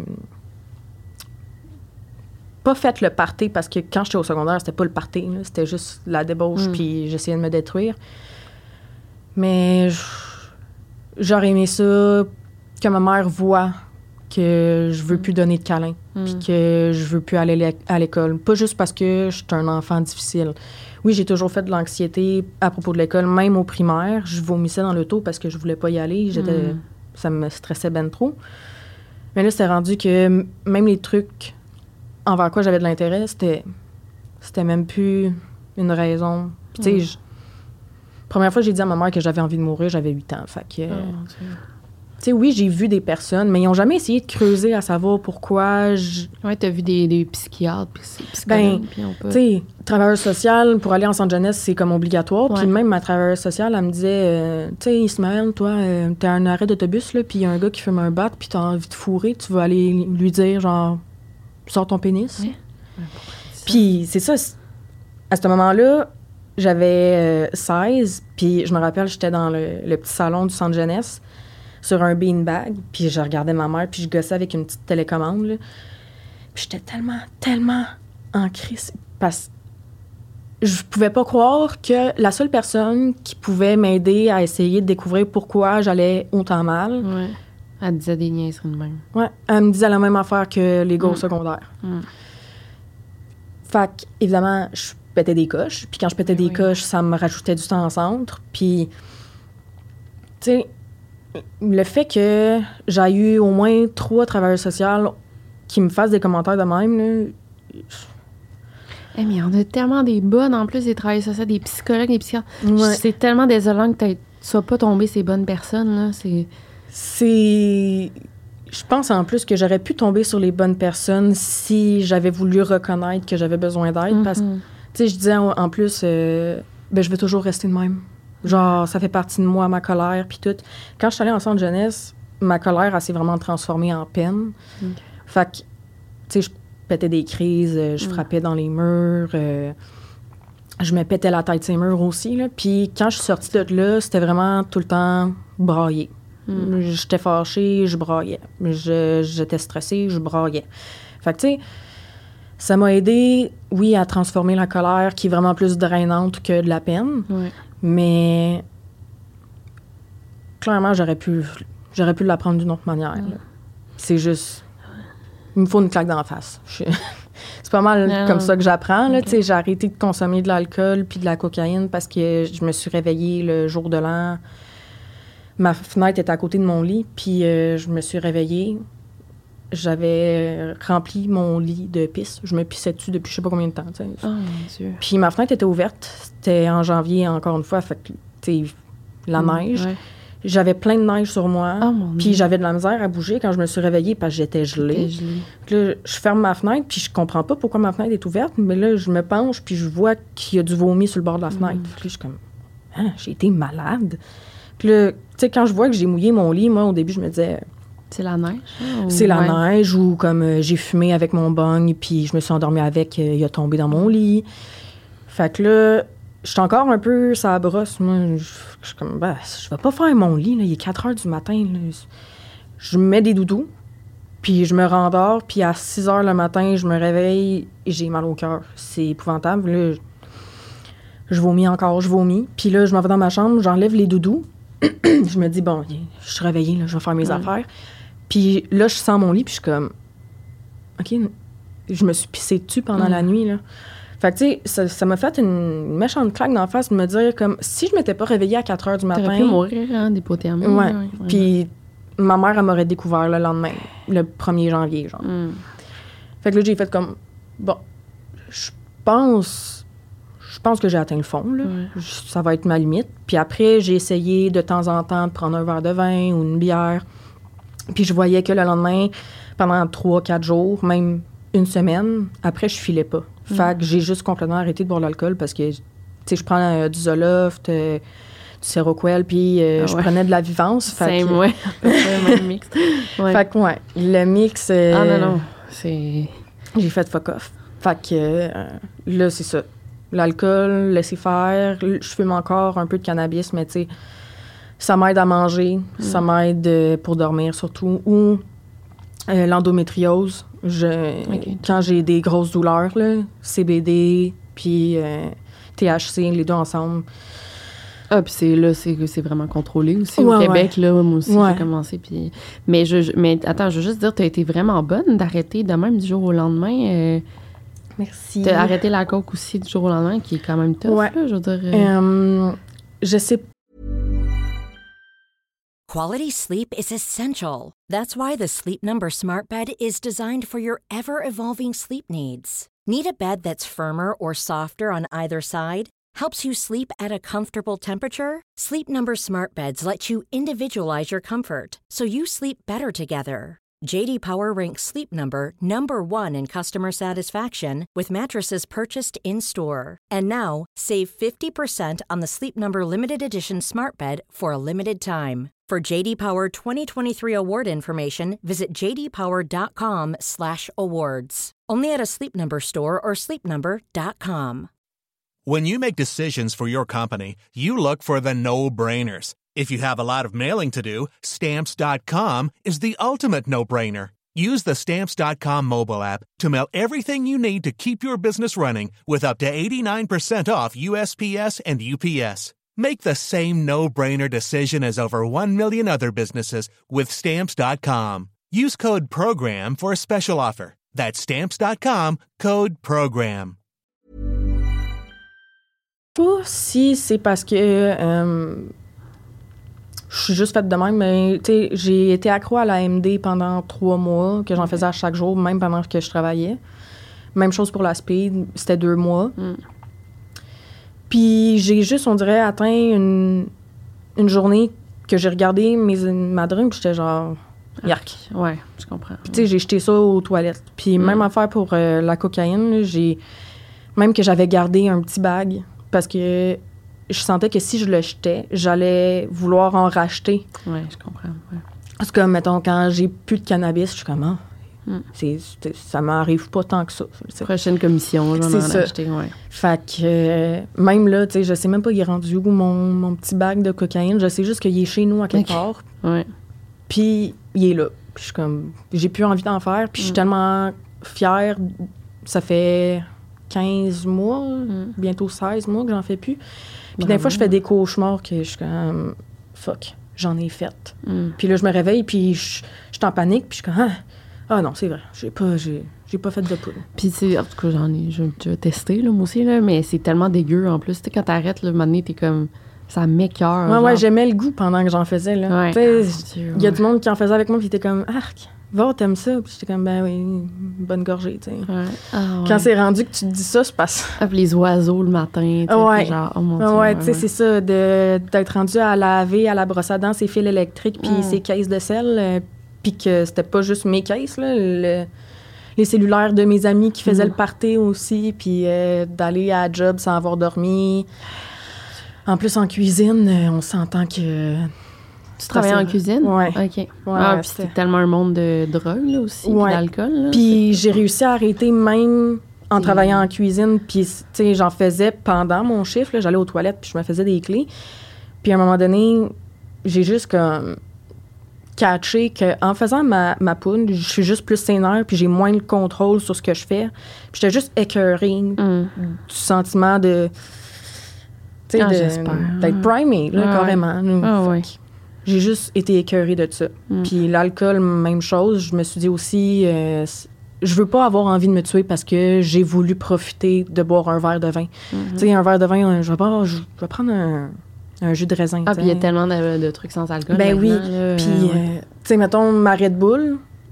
Speaker 4: pas fait le party, parce que quand j'étais au secondaire, c'était pas le party, là, c'était juste la débauche, puis j'essayais de me détruire. Mais j'aurais aimé ça... que ma mère voit que je veux plus donner de câlins, puis que je veux plus aller à l'école. Pas juste parce que je suis un enfant difficile. Oui, j'ai toujours fait de l'anxiété à propos de l'école, même au primaire. Je vomissais dans l'auto parce que je voulais pas y aller. Ça me stressait ben trop. Mais là, c'était rendu que même les trucs envers quoi j'avais de l'intérêt, c'était même plus une raison. Puis tu sais, Première fois, j'ai dit à ma mère que j'avais envie de mourir, j'avais 8 ans. Fait que...
Speaker 3: mon Dieu.
Speaker 4: Tu sais, oui, j'ai vu des personnes, mais ils n'ont jamais essayé de creuser à savoir pourquoi.
Speaker 3: Ouais, t'as vu des psychiatres, psychologues, puis on peut...
Speaker 4: Tu sais, travailleuse sociale, pour aller en centre jeunesse, c'est comme obligatoire.
Speaker 3: Ouais.
Speaker 4: Puis même ma travailleuse sociale, elle me disait, tu sais, Ismaël, toi, t'es à un arrêt d'autobus, là, puis il y a un gars qui fume un bat, puis t'as envie de fourrer, tu vas aller lui dire, genre, sors ton pénis.
Speaker 3: Ouais.
Speaker 4: Puis c'est ça, à ce moment-là, j'avais 16, puis je me rappelle, j'étais dans le petit salon du centre jeunesse, sur un beanbag, puis je regardais ma mère, puis je gossais avec une petite télécommande, là. Puis j'étais tellement en crise, parce que je pouvais pas croire que la seule personne qui pouvait m'aider à essayer de découvrir pourquoi j'allais autant mal,
Speaker 3: Ouais. Elle disait des niaiseries de même.
Speaker 4: ouais, elle me disait la même affaire que les gars au secondaire. Fait que, évidemment, je pétais des coches, puis quand je pétais des coches, ça me rajoutait du temps en centre, puis, tu sais, le fait que j'ai eu au moins 3 travailleurs sociaux qui me fassent des commentaires de même, là,
Speaker 3: Mais il y en a tellement des bonnes, en plus, des travailleurs sociaux, des psychologues, des psychiatres.
Speaker 4: Ouais.
Speaker 3: C'est tellement désolant que tu sois pas tombé ces bonnes personnes, là.
Speaker 4: c'est... Je pense en plus que j'aurais pu tomber sur les bonnes personnes si j'avais voulu reconnaître que j'avais besoin d'aide, parce que, tu sais, je disais en plus, je vais toujours rester de même. Genre, ça fait partie de moi, ma colère, puis tout. Quand je suis allée en centre jeunesse, ma colère, elle s'est vraiment transformée en peine. Fait que, tu sais, je pétais des crises, je frappais dans les murs, je me pétais la tête ces murs aussi, là. Puis quand je suis sortie de là, c'était vraiment tout le temps brailler. J'étais fâchée, je braillais. J'étais stressée, je braillais. Fait que, tu sais, ça m'a aidé, oui, à transformer la colère, qui est vraiment plus drainante que de la peine.
Speaker 3: Ouais.
Speaker 4: Mais clairement, j'aurais pu l'apprendre d'une autre manière. Là. C'est juste... Il me faut une claque d'en face. C'est pas mal comme ça que j'apprends. Là. Okay. J'ai arrêté de consommer de l'alcool puis de la cocaïne parce que je me suis réveillée le jour de l'an. Ma fenêtre était à côté de mon lit, puis je me suis réveillée. J'avais rempli mon lit de pisse. Je me pissais dessus depuis je sais pas combien de temps. T'sais.
Speaker 3: Oh mon Dieu.
Speaker 4: Puis ma fenêtre était ouverte. C'était en janvier, encore une fois. Fait que, tu sais, la neige. Ouais. J'avais plein de neige sur moi.
Speaker 3: Oh mon Dieu.
Speaker 4: Puis j'avais de la misère à bouger quand je me suis réveillée parce que j'étais gelée. Puis là, je ferme ma fenêtre, puis je comprends pas pourquoi ma fenêtre est ouverte. Mais là, je me penche, puis je vois qu'il y a du vomi sur le bord de la fenêtre. Puis là, je suis comme, j'ai été malade. Puis là, tu sais, quand je vois que j'ai mouillé mon lit, moi, au début, je me disais...
Speaker 3: C'est la neige?
Speaker 4: C'est la neige, ou comme j'ai fumé avec mon bong, puis je me suis endormie avec, il a tombé dans mon lit. Fait que là, je suis encore un peu sur la brosse. Moi, je suis comme, je vais pas faire mon lit, là, il est 4 heures du matin. Là. Je me mets des doudous, puis je me rendors, puis à 6 heures le matin, je me réveille et j'ai mal au cœur. C'est épouvantable. Là, je vomis encore, Puis là, je m'en vais dans ma chambre, j'enlève les doudous. Je me dis, bon, je suis réveillée, là, je vais faire mes affaires. Puis là, je sens mon lit, puis je suis comme, OK, je me suis pissée dessus pendant la nuit, là. Fait que, tu sais, ça m'a fait une méchante claque dans la face de me dire, comme, si je m'étais pas réveillée à 4 heures du matin...
Speaker 3: T'aurais pu mourir, hein, d'hypothermie.
Speaker 4: Ouais. Puis ma mère, elle m'aurait découvert le lendemain, le 1er janvier, genre. Fait que là, j'ai fait comme, bon, je pense que j'ai atteint le fond, là. Ça va être ma limite. Puis après, j'ai essayé de temps en temps de prendre un verre de vin ou une bière. Puis je voyais que le lendemain, pendant 3-4 jours, même une semaine, après, je filais pas. Fait que j'ai juste complètement arrêté de boire l'alcool parce que, tu sais, je prends du Zoloft, du Seroquel, puis je prenais de la Vivance.
Speaker 3: C'est moi. Même mix.
Speaker 4: Fait que, le mix...
Speaker 3: non. C'est...
Speaker 4: J'ai fait fuck off. Fait que là, c'est ça. L'alcool, laisser faire. Je fume encore un peu de cannabis, mais tu sais, ça m'aide à manger, ça m'aide pour dormir surtout. Ou l'endométriose. Quand j'ai des grosses douleurs, là, CBD, puis THC, les deux ensemble.
Speaker 3: Ah, puis c'est vraiment contrôlé aussi au Québec, là. Moi aussi, j'ai commencé. Puis... Mais attends, je veux juste dire, tu as été vraiment bonne d'arrêter de même du jour au lendemain.
Speaker 4: Merci.
Speaker 3: Tu as arrêté la coke aussi du jour au lendemain, qui est quand même tough, là, je veux dire.
Speaker 4: Je sais.
Speaker 1: Quality sleep is essential. That's why the Sleep Number Smart Bed is designed for your ever-evolving sleep needs. Need a bed that's firmer or softer on either side? helps you sleep at a comfortable temperature? Sleep Number Smart Beds let you individualize your comfort so you sleep better together. J.D. Power ranks Sleep Number number 1 in customer satisfaction with mattresses purchased in-store. And now, save 50% on the Sleep Number Limited Edition Smart Bed for a limited time. For J.D. Power 2023 award information, visit jdpower.com/awards. Only at a Sleep Number store or sleepnumber.com.
Speaker 2: When you make decisions for your company, you look for the no-brainers. If you have a lot of mailing to do, Stamps.com is the ultimate no-brainer. Use the Stamps.com mobile app to mail everything you need to keep your business running with up to 89% off USPS and UPS. Make the same no-brainer decision as over 1 million other businesses with Stamps.com. Use code PROGRAM for a special offer. That's Stamps.com, code PROGRAM.
Speaker 4: Pas si c'est parce que je suis juste faite de même, mais tu sais, j'ai été accro à la MD pendant 3 mois, que j'en faisais à chaque jour, même pendant que je travaillais. Même chose pour la speed, c'était 2 mois. Puis j'ai juste, on dirait, atteint une journée que j'ai regardé ma drogue, puis j'étais genre, yark.
Speaker 3: Ouais, je comprends.
Speaker 4: Puis tu sais, j'ai jeté ça aux toilettes. Puis même affaire pour la cocaïne, même que j'avais gardé un petit bag, parce que je sentais que si je le jetais, j'allais vouloir en racheter.
Speaker 3: Ouais, je comprends. Ouais.
Speaker 4: Parce que, mettons, quand j'ai plus de cannabis, je suis comme, ça m'arrive pas tant que ça.
Speaker 3: Prochaine commission, j'en ai acheté, ouais.
Speaker 4: Fait que, même là, tu sais, je sais même pas il est rendu où mon petit bag de cocaïne. Je sais juste qu'il est chez nous à quelque part.
Speaker 3: Ouais.
Speaker 4: Puis, il est là. Puis, je suis comme, j'ai plus envie d'en faire. Puis, je suis tellement fière. Ça fait 15 mois, bientôt 16 mois que j'en fais plus. Puis des fois, je fais des cauchemars que je suis comme, fuck, j'en ai fait. Puis là, je me réveille, puis je suis en panique, puis je suis comme, ah non, c'est vrai, j'ai pas fait de poudre.
Speaker 3: Puis en tout cas, j'ai testé, là, moi aussi, là, mais c'est tellement dégueu, en plus. Tu sais, quand t'arrêtes, là, un moment donné, t'es comme, ça m'écoeure.
Speaker 4: Ouais, j'aimais le goût pendant que j'en faisais, là.
Speaker 3: Ouais.
Speaker 4: Il y a du monde qui en faisait avec moi, puis t'es comme, arc, va, t'aimes ça? Puis j'étais comme, ben oui, bonne gorgée, tu sais.
Speaker 3: Ouais. Ah, ouais.
Speaker 4: Quand c'est rendu que tu te dis ça, c'est parce que...
Speaker 3: Puis les oiseaux le matin, tu sais, genre, oh mon Dieu.
Speaker 4: Ouais, tu sais, c'est ça, d'être rendu à laver, à la brosse à dents, ses fils électriques, puis ses caisses de sel, puis que c'était pas juste mes caisses, là, les cellulaires de mes amis qui faisaient le party aussi, puis d'aller à la job sans avoir dormi. En plus, en cuisine, on s'entend que...
Speaker 3: Tu travailles en cuisine?
Speaker 4: Ouais.
Speaker 3: OK.
Speaker 4: Ouais,
Speaker 3: puis c'est tellement un monde de drogue, là, aussi, puis d'alcool, là.
Speaker 4: Puis j'ai réussi à arrêter même en travaillant en cuisine, puis, tu sais, j'en faisais pendant mon chiffre, là, j'allais aux toilettes, puis je me faisais des clés. Puis à un moment donné, j'ai juste comme catché qu'en faisant ma poudre, je suis juste plus sénère, puis j'ai moins de contrôle sur ce que je fais. Puis j'étais juste écœurée du sentiment de... Tu sais, d'être primée, là, carrément. J'ai juste été écœurée de ça. Puis l'alcool, même chose. Je me suis dit aussi, je veux pas avoir envie de me tuer parce que j'ai voulu profiter de boire un verre de vin. Tu sais, un verre de vin, je vais prendre un jus de raisin.
Speaker 3: Ah, puis il y a tellement de trucs sans alcool.
Speaker 4: Ben oui. Puis, tu sais, mettons, ma Red Bull,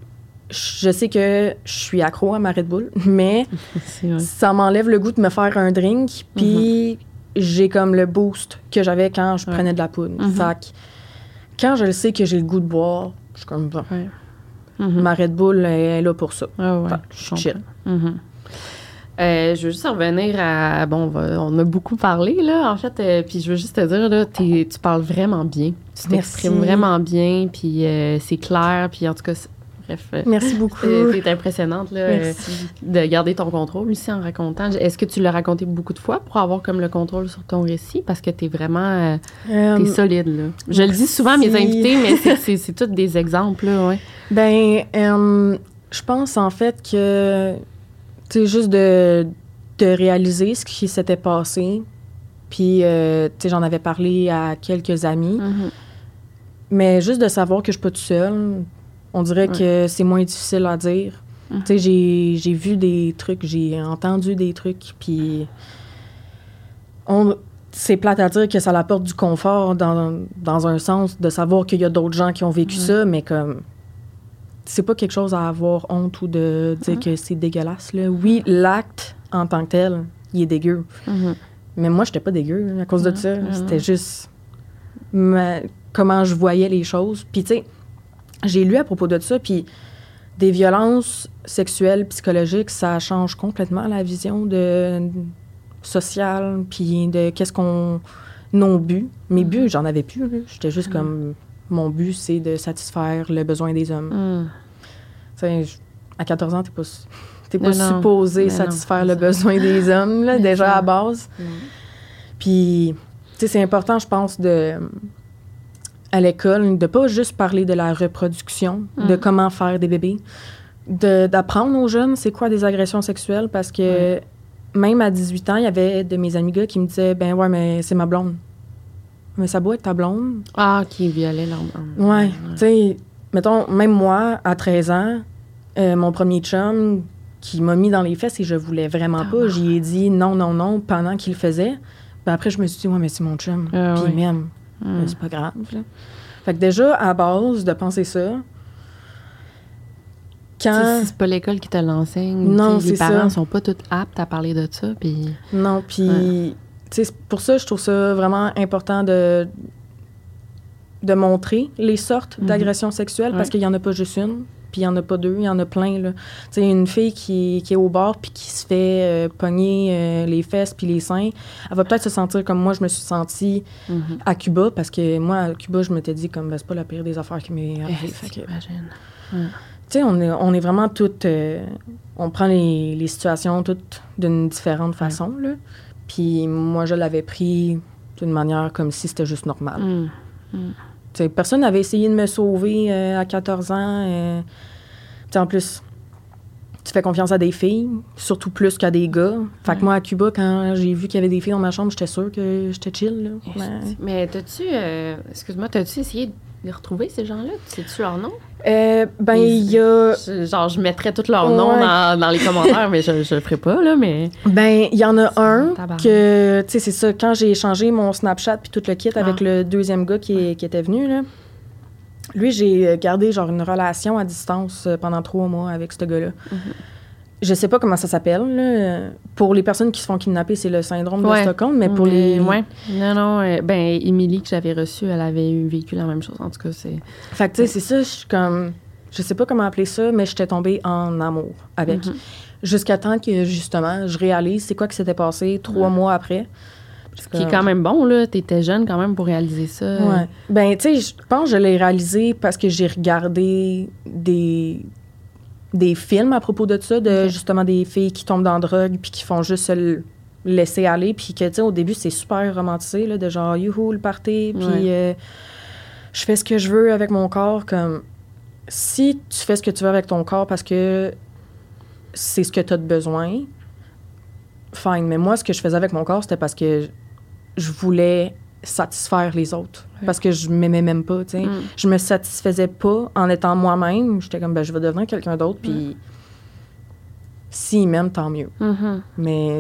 Speaker 4: je sais que je suis accro à ma Red Bull, mais ça m'enlève le goût de me faire un drink. Puis j'ai comme le boost que j'avais quand je prenais de la poudre. Fait que quand je le sais que j'ai le goût de boire, je suis comme, bon, ma Red Bull est là pour ça. Je suis chill.
Speaker 3: Je veux juste revenir à... Bon, on a beaucoup parlé, là, en fait. Puis je veux juste te dire, là, tu parles vraiment bien. Tu t'exprimes vraiment bien, puis c'est clair. Puis en tout cas, bref.
Speaker 4: Merci beaucoup.
Speaker 3: T'es impressionnante, là, de garder ton contrôle aussi en racontant. Est-ce que tu l'as raconté beaucoup de fois pour avoir comme le contrôle sur ton récit? Parce que t'es vraiment... t'es solide, là. Je le dis souvent à mes invités, mais c'est tous des exemples, là, ouais.
Speaker 4: Ben, je pense, en fait, que... Tu sais, juste de réaliser ce qui s'était passé. Puis, tu sais, j'en avais parlé à quelques amis. Mais juste de savoir que je suis pas toute seule, on dirait que c'est moins difficile à dire. Tu sais, j'ai vu des trucs, j'ai entendu des trucs, puis c'est plate à dire que ça apporte du confort dans un sens, de savoir qu'il y a d'autres gens qui ont vécu ça, mais comme... C'est pas quelque chose à avoir honte ou de dire que c'est dégueulasse, là. Oui, l'acte, en tant que tel, il est dégueu. Mais moi, j'étais pas dégueu à cause de ça. C'était juste comment je voyais les choses. Puis, tu sais, j'ai lu à propos de ça, puis des violences sexuelles, psychologiques, ça change complètement la vision sociale, puis de qu'est-ce qu'on... Nos buts. Mes buts, j'en avais plus. Là. J'étais juste comme... Mon but, c'est de satisfaire le besoin des hommes. Tu sais, à 14 ans, t'es pas supposé satisfaire le besoin des hommes, là, déjà à base. Puis, tu sais, c'est important, je pense, à l'école, de pas juste parler de la reproduction, de comment faire des bébés, d'apprendre aux jeunes c'est quoi des agressions sexuelles, parce que même à 18 ans, il y avait de mes amis gars qui me disaient « Ben ouais, mais c'est ma blonde. » Mais ça doit être ta blonde.
Speaker 3: Ah, qui violait leur blonde.
Speaker 4: Ouais. Tu sais, mettons, même moi, à 13 ans, mon premier chum qui m'a mis dans les fesses et je voulais vraiment pas, j'y ai dit non pendant qu'il le faisait. Puis après, je me suis dit « Ouais, mais c'est mon chum. » Puis il m'aime. C'est pas grave. Là. Fait que déjà, à base de penser ça, quand...
Speaker 3: C'est pas l'école qui te l'enseigne.
Speaker 4: Non, c'est ça.
Speaker 3: Les parents sont pas tous aptes à parler de ça. Puis...
Speaker 4: Non, puis... Pour ça, je trouve ça vraiment important de montrer les sortes d'agressions sexuelles, parce qu'il y en a pas juste une, puis il y en a pas deux, il y en a plein, là. Tu sais, une fille qui est au bar puis qui se fait pogner les fesses puis les seins, elle va peut-être se sentir comme moi, je me suis sentie à Cuba, parce que moi, à Cuba, je m'étais dit, comme, c'est pas la pire des affaires qui m'est arrivée.
Speaker 3: J'imagine.
Speaker 4: Tu sais, on est vraiment toutes... on prend les situations toutes d'une différente façon, là. Puis moi, je l'avais pris d'une manière comme si c'était juste normal. T'sais, personne n'avait essayé de me sauver à 14 ans. En plus, tu fais confiance à des filles, surtout plus qu'à des gars. Fait que moi, à Cuba, quand j'ai vu qu'il y avait des filles dans ma chambre, j'étais sûre que j'étais chill. Là.
Speaker 3: Mais t'as-tu... excuse-moi, t'as-tu essayé de les retrouver, ces gens-là? Sais-tu leur nom?
Speaker 4: Ben, il y a...
Speaker 3: Genre, je mettrais tous leurs noms dans les commentaires, mais je le ferai pas, là, mais...
Speaker 4: Ben, il y en a un que... Tu sais, c'est ça, quand j'ai échangé mon Snapchat puis tout le kit avec le deuxième gars qui était venu, là, lui, j'ai gardé, genre, une relation à distance pendant 3 mois avec ce gars-là. Je sais pas comment ça s'appelle, là. Pour les personnes qui se font kidnapper, c'est le syndrome de Stockholm, mais pour les...
Speaker 3: Non, ben, Émilie, que j'avais reçue, elle avait vécu la même chose. En tout cas, c'est...
Speaker 4: Fait que, tu sais, c'est ça, je suis comme... Je sais pas comment appeler ça, mais j'étais tombée en amour avec. Jusqu'à temps que, justement, je réalise c'est quoi qui s'était passé 3 mois après.
Speaker 3: Ce qui est quand même bon, là. T'étais jeune quand même pour réaliser ça.
Speaker 4: Ouais. Ben, tu sais, je pense que je l'ai réalisé parce que j'ai regardé des films à propos de ça, justement des filles qui tombent dans la drogue puis qui font juste se laisser aller, puis que, tu sais, au début, c'est super romantisé, là, de genre, youhou, le party, puis je fais ce que je veux avec mon corps, comme... Si tu fais ce que tu veux avec ton corps parce que c'est ce que tu as de besoin, fine. Mais moi, ce que je faisais avec mon corps, c'était parce que je voulais satisfaire les autres. Parce que je m'aimais même pas, tu sais. Je me satisfaisais pas en étant moi-même. J'étais comme, ben, je vais devenir quelqu'un d'autre, puis s'il m'aime, tant mieux. Mais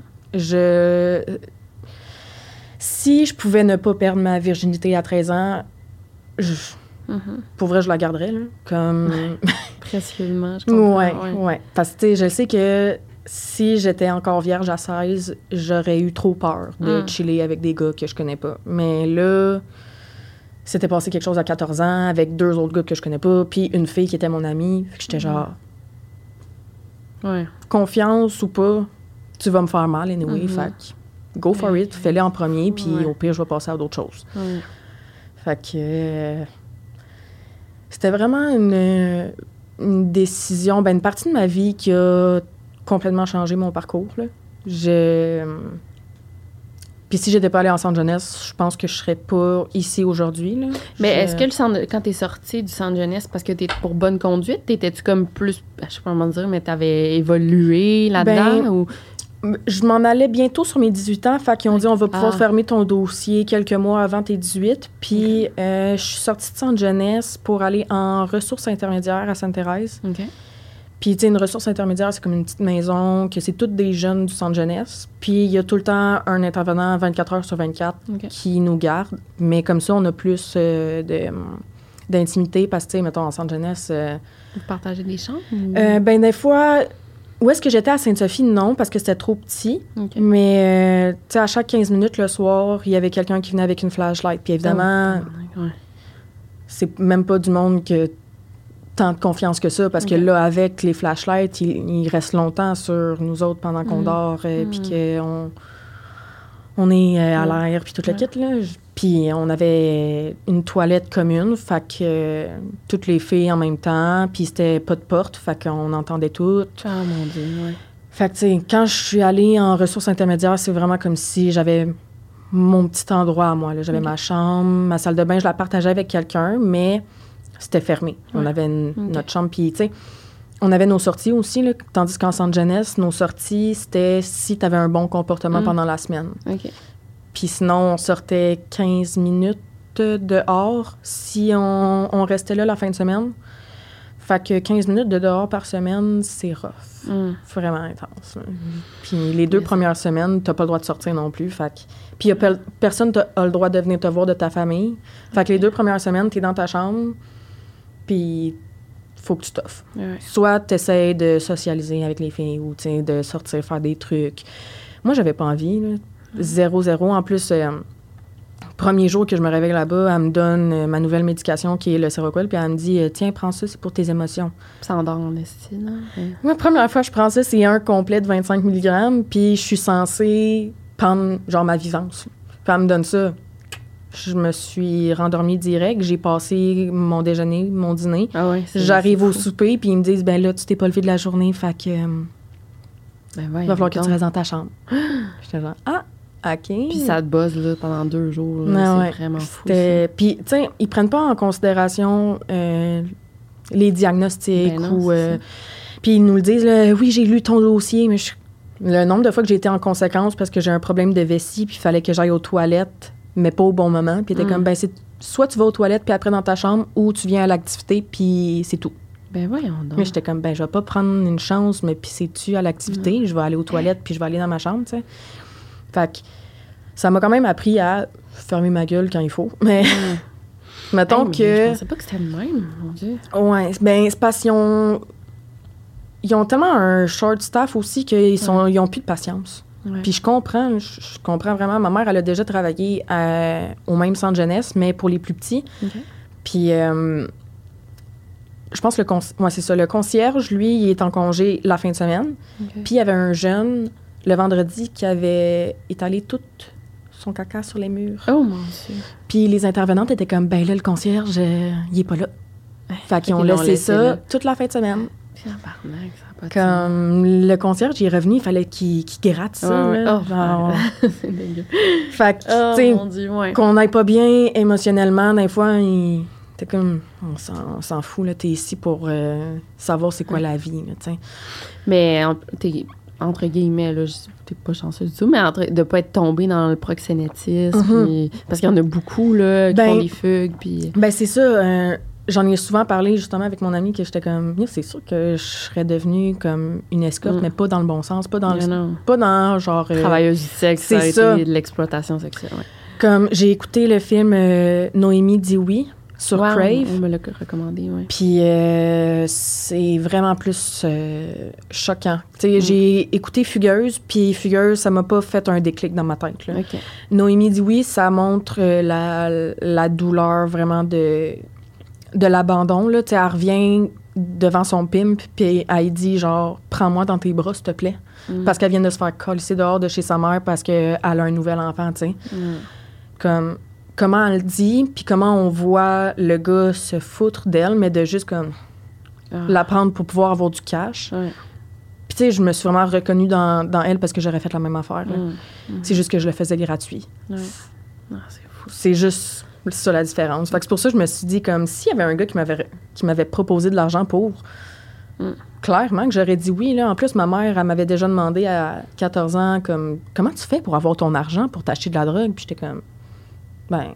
Speaker 4: si je pouvais ne pas perdre ma virginité à 13 ans, pour vrai, je la garderais, là. Comme...
Speaker 3: Précieusement, je comprends.
Speaker 4: Ouais. Parce que, tu sais, je sais que si j'étais encore vierge à 16, j'aurais eu trop peur de chiller avec des gars que je connais pas. Mais là, c'était passé quelque chose à 14 ans avec 2 autres gars que je connais pas, puis une fille qui était mon amie. Fait que j'étais genre... Confiance ou pas, tu vas me faire mal, anyway. Fait que go for it, fais-le en premier, puis au pire, je vais passer à d'autres choses. Fait que... c'était vraiment une décision, ben une partie de ma vie qui a complètement changé mon parcours, là. Puis si j'étais pas allée en centre jeunesse, je pense que je serais pas ici aujourd'hui, là.
Speaker 3: Mais est-ce que quand t'es sortie du centre jeunesse, parce que t'es pour bonne conduite, t'étais-tu comme plus, je sais pas comment dire, mais t'avais évolué là-dedans, ou...
Speaker 4: Je m'en allais bientôt sur mes 18 ans, fait qu'ils ont dit on va pouvoir fermer ton dossier quelques mois avant tes 18. Puis je suis sortie de centre jeunesse pour aller en ressources intermédiaires à Sainte-Thérèse. Puis, tu sais, une ressource intermédiaire, c'est comme une petite maison, que c'est toutes des jeunes du centre jeunesse. Puis, il y a tout le temps un intervenant 24 heures sur 24 qui nous garde. Mais comme ça, on a plus d'intimité parce que, tu sais, mettons, en centre jeunesse...
Speaker 3: Vous partagez des chambres?
Speaker 4: Ben, des fois... Où est-ce que j'étais à Sainte-Sophie? Non, parce que c'était trop petit.
Speaker 3: OK.
Speaker 4: Mais, tu sais, à chaque 15 minutes le soir, il y avait quelqu'un qui venait avec une flashlight. Puis évidemment,
Speaker 3: Ouais.
Speaker 4: c'est même pas du monde que tant de confiance que ça, parce que là, avec les flashlights, il reste longtemps sur nous autres pendant qu'on dort, puis qu'on est à l'air, puis tout le kit, là. Puis on avait une toilette commune, fait que toutes les filles en même temps, puis c'était pas de porte, fait qu'on entendait toutes.
Speaker 3: Ah, mon Dieu, ouais.
Speaker 4: Fait que, tu sais, quand je suis allée en ressources intermédiaires, c'est vraiment comme si j'avais mon petit endroit à moi, là. J'avais ma chambre, ma salle de bain, je la partageais avec quelqu'un, mais c'était fermé. On avait notre chambre, puis, tu sais, on avait nos sorties aussi, là, tandis qu'en centre jeunesse, nos sorties, c'était si tu avais un bon comportement pendant la semaine.
Speaker 3: OK.
Speaker 4: Puis sinon, on sortait 15 minutes dehors si on restait là la fin de semaine. Fait que 15 minutes de dehors par semaine, c'est rough. Vraiment intense. Là. Puis les 2 premières semaines, t'as pas le droit de sortir non plus. Fait que... Puis y a personne a le droit de venir te voir de ta famille. Fait que les 2 premières semaines, t'es dans ta chambre, puis faut que tu t'offres.
Speaker 3: Ouais.
Speaker 4: Soit t'essaies de socialiser avec les filles ou de sortir, faire des trucs. Moi, j'avais pas envie, là. 0-0. En plus, premier jour que je me réveille là-bas, elle me donne ma nouvelle médication qui est le Seroquel, puis elle me dit « Tiens, prends ça, c'est pour tes émotions. »
Speaker 3: Ça endort en estime, là.
Speaker 4: La première fois que je prends ça, c'est un complet de 25 mg, puis je suis censée prendre, genre, ma vivance. Puis elle me donne ça. Je me suis rendormie direct. J'ai passé mon déjeuner, mon dîner.
Speaker 3: Ah ouais,
Speaker 4: J'arrive au souper, puis ils me disent « Ben là, tu t'es pas levé de la journée, fait que
Speaker 3: Ben
Speaker 4: il va falloir que tu restes dans ta chambre. » J'étais genre « Ah! » OK.
Speaker 3: Puis ça te buzz là, pendant 2 jours. Là, c'est vraiment fou.
Speaker 4: Puis, tu sais, ils prennent pas en considération les diagnostics ou... Puis ils nous le disent, là, oui, j'ai lu ton dossier, mais le nombre de fois que j'ai été en conséquence parce que j'ai un problème de vessie, puis il fallait que j'aille aux toilettes, mais pas au bon moment. Puis t'es comme, ben, c'est soit tu vas aux toilettes, puis après dans ta chambre, ou tu viens à l'activité, puis c'est tout.
Speaker 3: Ben voyons donc.
Speaker 4: Mais j'étais comme, ben, je vais pas prendre une chance, mais puis c'est-tu à l'activité? Je vais aller aux toilettes, puis je vais aller dans ma chambre, tu sais. Fait que ça m'a quand même appris à fermer ma gueule quand il faut. Mais mettons que...
Speaker 3: Je pensais pas que c'était le même, mon Dieu.
Speaker 4: Ouais, ben c'est parce qu'ils ont tellement un short staff aussi qu'ils ils ont plus de patience.
Speaker 3: Ouais.
Speaker 4: Puis je comprends vraiment. Ma mère, elle a déjà travaillé au même centre jeunesse, mais pour les plus petits.
Speaker 3: Okay.
Speaker 4: Puis je pense que c'est ça. Le concierge, lui, il est en congé la fin de semaine.
Speaker 3: Okay.
Speaker 4: Puis il y avait un jeune... le vendredi, qui avait étalé tout son caca sur les murs.
Speaker 3: Oh, mon Dieu.
Speaker 4: Puis les intervenantes étaient comme, ben là, le concierge, il est pas là. Fait qu'ils ont laissé ça toute la fin de semaine.
Speaker 3: Puis en barnac, ça a pas de
Speaker 4: Comme le concierge, il est revenu, il fallait qu'il gratte ça.
Speaker 3: Ouais.
Speaker 4: Là,
Speaker 3: Oh,
Speaker 4: genre...
Speaker 3: c'est dégueu.
Speaker 4: Fait que,
Speaker 3: Oh,
Speaker 4: tu
Speaker 3: mon Dieu, ouais.
Speaker 4: sais, qu'on n'aille pas bien émotionnellement, des fois, t'es comme, on s'en fout, là, t'es ici pour savoir c'est quoi la vie, là, tu sais.
Speaker 3: Mais t'es... entre guillemets, là, t'es pas chanceux du tout, mais de pas être tombé dans le proxénétisme, puis, parce qu'il y en a beaucoup, là, qui font des fugues, puis...
Speaker 4: Ben, c'est ça. J'en ai souvent parlé, justement, avec mon ami, que j'étais comme... C'est sûr que je serais devenue comme une escorte, mais pas dans le bon sens, pas dans genre...
Speaker 3: travailleuse du sexe,
Speaker 4: c'est ça.
Speaker 3: De l'exploitation sexuelle, ouais.
Speaker 4: Comme, j'ai écouté le film Noémie dit oui sur Crave.
Speaker 3: On me l'a recommandé, oui.
Speaker 4: Puis c'est vraiment plus choquant. Tu sais, j'ai écouté Fugueuse, puis Fugueuse, ça m'a pas fait un déclic dans ma tête. Là.
Speaker 3: Okay.
Speaker 4: Noémie dit oui, ça montre la douleur vraiment de l'abandon. Là. Tu sais, elle revient devant son pimp, puis elle dit genre, prends-moi dans tes bras, s'il te plaît. Parce qu'elle vient de se faire colisser dehors de chez sa mère parce qu'elle a un nouvel enfant, tu sais. Comme... comment elle le dit, puis comment on voit le gars se foutre d'elle, mais de juste comme la prendre pour pouvoir avoir du cash.
Speaker 3: Ouais.
Speaker 4: Puis tu sais, je me suis vraiment reconnue dans elle parce que j'aurais fait la même affaire. C'est juste que je le faisais gratuit.
Speaker 3: Ouais. Non, c'est fou.
Speaker 4: C'est juste ça la différence. Fait que c'est pour ça que je me suis dit, comme, s'il y avait un gars qui m'avait proposé de l'argent pour... Clairement que j'aurais dit oui. Là. En plus, ma mère, elle m'avait déjà demandé à 14 ans, comme, comment tu fais pour avoir ton argent pour t'acheter de la drogue? Puis j'étais comme... ben,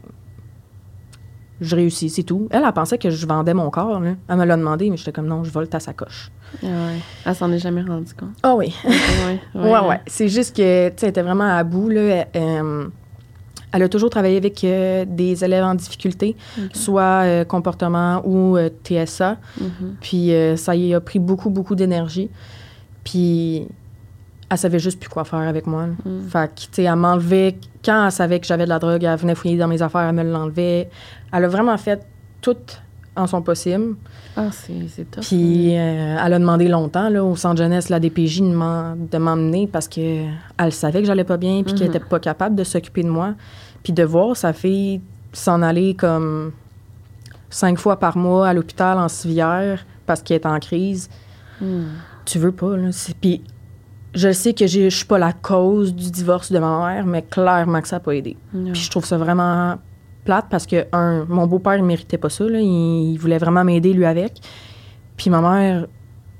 Speaker 4: je réussis, c'est tout. Elle pensait que je vendais mon corps, là. Elle me l'a demandé, mais j'étais comme, non, je vole ta sacoche.
Speaker 3: Ah ouais. Elle s'en est jamais rendue compte.
Speaker 4: Ah oui.
Speaker 3: Ouais.
Speaker 4: C'est juste que, tu sais, elle était vraiment à bout, là. Elle a toujours travaillé avec des élèves en difficulté, soit comportement ou TSA. Puis ça y a pris beaucoup, beaucoup d'énergie. Puis elle savait juste plus quoi faire avec moi. Fait que, tu sais, elle m'enlevait... Quand elle savait que j'avais de la drogue, elle venait fouiller dans mes affaires, elle me l'enlevait. Elle a vraiment fait tout en son possible.
Speaker 3: Ah, c'est top.
Speaker 4: Puis elle a demandé longtemps, là, au centre jeunesse, la DPJ, de m'emmener parce qu'elle savait que j'allais pas bien puis qu'elle était pas capable de s'occuper de moi. Puis de voir sa fille s'en aller comme 5 fois par mois à l'hôpital en civière parce qu'elle est en crise. Tu veux pas, là. Puis je sais que je suis pas la cause du divorce de ma mère, mais clairement que ça n'a pas aidé. Puis je trouve ça vraiment plate parce que, mon beau-père, il méritait pas ça, là. Il voulait vraiment m'aider, lui, avec. Puis ma mère,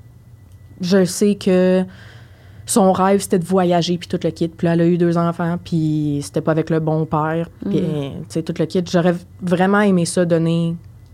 Speaker 4: je sais que son rêve, c'était de voyager, puis tout le kit. Puis là, elle a eu 2 enfants, puis c'était pas avec le bon père. Puis, tu sais, tout le kit. J'aurais vraiment aimé ça, donner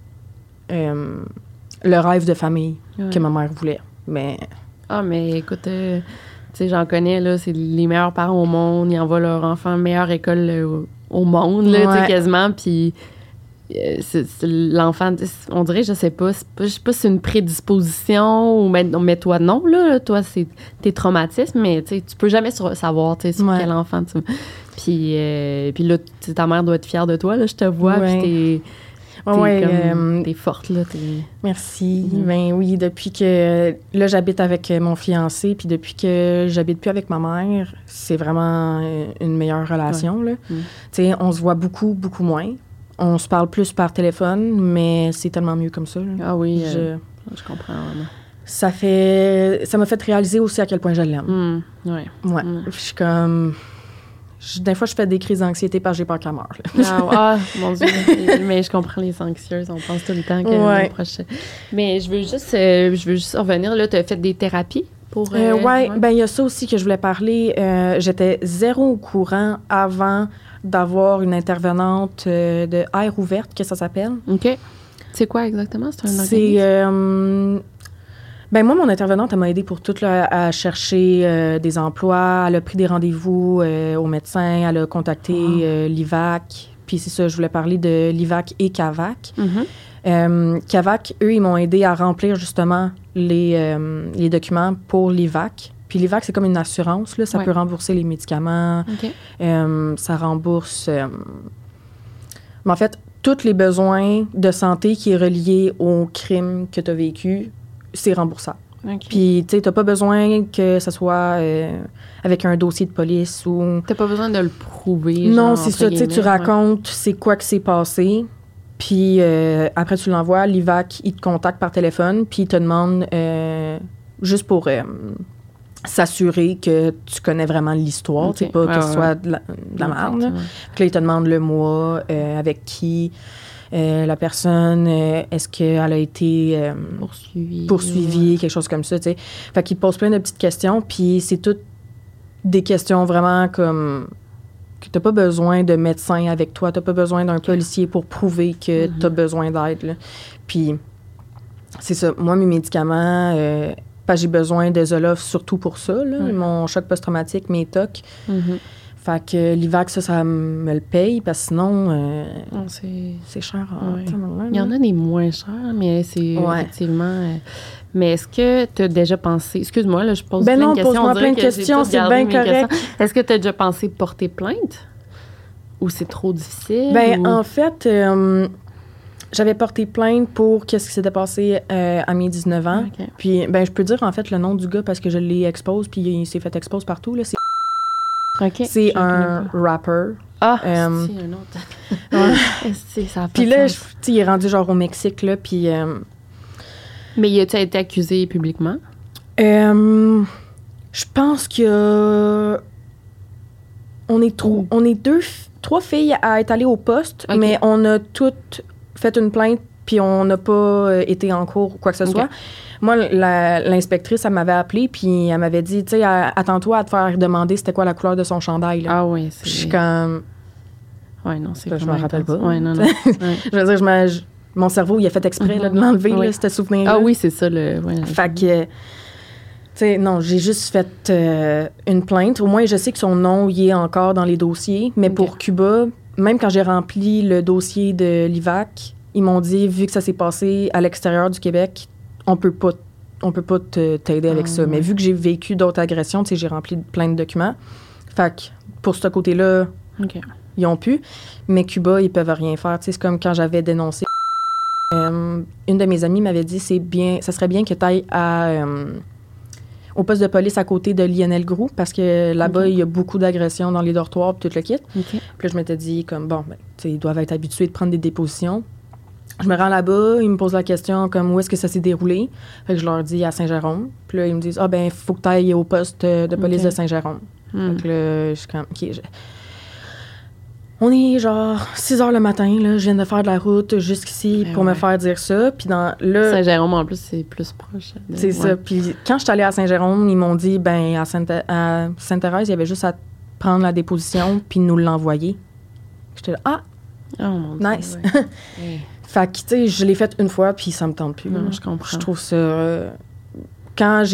Speaker 4: le rêve de famille que ma mère voulait. Mais...
Speaker 3: Ah, mais écoute, tu sais, j'en connais, là, c'est les meilleurs parents au monde. Ils envoient leur enfant à la meilleure école au monde, là, tu sais, quasiment. Puis c'est l'enfant, on dirait, je sais pas si c'est une prédisposition ou mais toi, non, là. Toi, c'est tes traumatismes, mais tu sais, tu peux jamais savoir, tu sais, sur quel enfant tu... Puis là, ta mère doit être fière de toi, là, je te vois, puis t'es forte, là.
Speaker 4: Merci. Ben oui, depuis que... Là, j'habite avec mon fiancé, puis depuis que j'habite plus avec ma mère, c'est vraiment une meilleure relation, là. Tu sais, on se voit beaucoup, beaucoup moins. On se parle plus par téléphone, mais c'est tellement mieux comme ça, là.
Speaker 3: Ah oui, je comprends vraiment.
Speaker 4: Ça m'a fait réaliser aussi à quel point je l'aime.
Speaker 3: Ouais.
Speaker 4: Je suis comme... Des fois, je fais des crises d'anxiété parce que j'ai peur qu'elle meure.
Speaker 3: Mon Dieu. Mais je comprends les anxieuses. On pense tout le temps que prochain. Mais je veux juste revenir. Là, tu as fait des thérapies pour...
Speaker 4: Ben il y a ça aussi que je voulais parler. J'étais zéro au courant avant d'avoir une intervenante de Air ouverte, que ça s'appelle.
Speaker 3: OK. C'est quoi exactement? C'est un organisme?
Speaker 4: Ben moi, mon intervenante, elle m'a aidée pour tout, là, à chercher des emplois. Elle a pris des rendez-vous au médecin. Elle a contacté l'IVAC. Puis c'est ça, je voulais parler de l'IVAC et CAVAC. CAVAC, eux, ils m'ont aidé à remplir justement les documents pour l'IVAC. Puis l'IVAC, c'est comme une assurance, là. Ça peut rembourser les médicaments. Ça rembourse... mais en fait, tous les besoins de santé qui est relié au crime que tu as vécu, c'est remboursable. Puis, tu sais, t'as pas besoin que ça soit avec un dossier de police ou...
Speaker 3: T'as pas besoin de le prouver.
Speaker 4: Non, c'est ça. Tu sais, tu racontes c'est quoi qui s'est passé. Puis, après, tu l'envoies. L'IVAC, il te contacte par téléphone. Puis, il te demande, juste pour s'assurer que tu connais vraiment l'histoire. Tu sais, pas que ce soit de la merde. Puis là, il te demande le mois, avec qui... la personne, est-ce qu'elle a été poursuivie, quelque chose comme ça, tu sais. Fait qu'il te pose plein de petites questions, puis c'est toutes des questions vraiment comme que t'as pas besoin de médecin avec toi, t'as pas besoin d'un policier pour prouver que t'as besoin d'aide, là. Puis c'est ça. Moi, mes médicaments, parce que j'ai besoin de Zoloft surtout pour ça, là, mon choc post-traumatique, mes TOC. Fait que l'IVAC, ça me le paye, parce que sinon, c'est cher.
Speaker 3: Il y en a des moins chers, mais c'est effectivement... mais est-ce que tu as déjà pensé... Excuse-moi, là, je pose plein de questions.
Speaker 4: Pose-moi plein de questions, c'est bien correct.
Speaker 3: Est-ce que tu as déjà pensé porter plainte? Ou c'est trop difficile?
Speaker 4: En fait, j'avais porté plainte pour qu'est-ce qui s'était passé à mes 19 ans. Puis, je peux dire, en fait, le nom du gars, parce que je l'ai expose, puis il s'est fait expose partout, là, c'est un rapper.
Speaker 3: C'est un autre. Ça
Speaker 4: puis là, il est rendu genre au Mexique, là, puis...
Speaker 3: Mais il a été accusé publiquement?
Speaker 4: Je pense que... On est 3 filles à être allées au poste, mais on a toutes fait une plainte, puis on n'a pas été en cours ou quoi que ce soit. Moi, l'inspectrice, elle m'avait appelée, puis elle m'avait dit, tu sais, attends-toi à te faire demander c'était quoi la couleur de son chandail. Là.
Speaker 3: Ah oui, c'est...
Speaker 4: Je suis comme...
Speaker 3: Ouais, non, c'est...
Speaker 4: Je m'en rappelle pas.
Speaker 3: Ouais, non.
Speaker 4: Je veux dire, mon cerveau, il a fait exprès là, de l'enlever, là, ce souvenir-là.
Speaker 3: Ah oui, c'est ça, le...
Speaker 4: Fait que... Tu sais, non, j'ai juste fait une plainte. Au moins, je sais que son nom, il est encore dans les dossiers. Mais pour Cuba, même quand j'ai rempli le dossier de l'IVAC, ils m'ont dit, vu que ça s'est passé à l'extérieur du Québec, on peut pas t'aider avec ça. Mais vu que j'ai vécu d'autres agressions, tu sais, j'ai rempli plein de documents. Fait que pour ce côté-là, ils ont pu. Mais Cuba, ils peuvent rien faire. Tu sais, c'est comme quand j'avais dénoncé. Une de mes amies m'avait dit, ça serait bien que tu ailles au poste de police à côté de Lionel Groux, parce que là-bas, il y a beaucoup d'agressions dans les dortoirs, puis tout le kit. Puis là, je m'étais dit, comme, bon, ben, tu sais, ils doivent être habitués de prendre des dépositions. Je me rends là-bas, ils me posent la question, comme, où est-ce que ça s'est déroulé? Fait que je leur dis à Saint-Jérôme. Puis là, ils me disent, ah, ben, il faut que tu ailles au poste de police de Saint-Jérôme. Fait que là, je suis comme, on est genre 6 heures le matin, là, je viens de faire de la route jusqu'ici pour me faire dire ça. Puis
Speaker 3: Saint-Jérôme, en plus, c'est plus proche.
Speaker 4: C'est ça. Puis quand je suis allée à Saint-Jérôme, ils m'ont dit, ben à Sainte-Thérèse, il y avait juste à prendre la déposition puis nous l'envoyer. J'étais là,
Speaker 3: oh mon Dieu,
Speaker 4: nice. Fait que, tu sais, je l'ai fait une fois puis ça me tente plus.
Speaker 3: Non, je comprends.
Speaker 4: Je trouve ça... Quand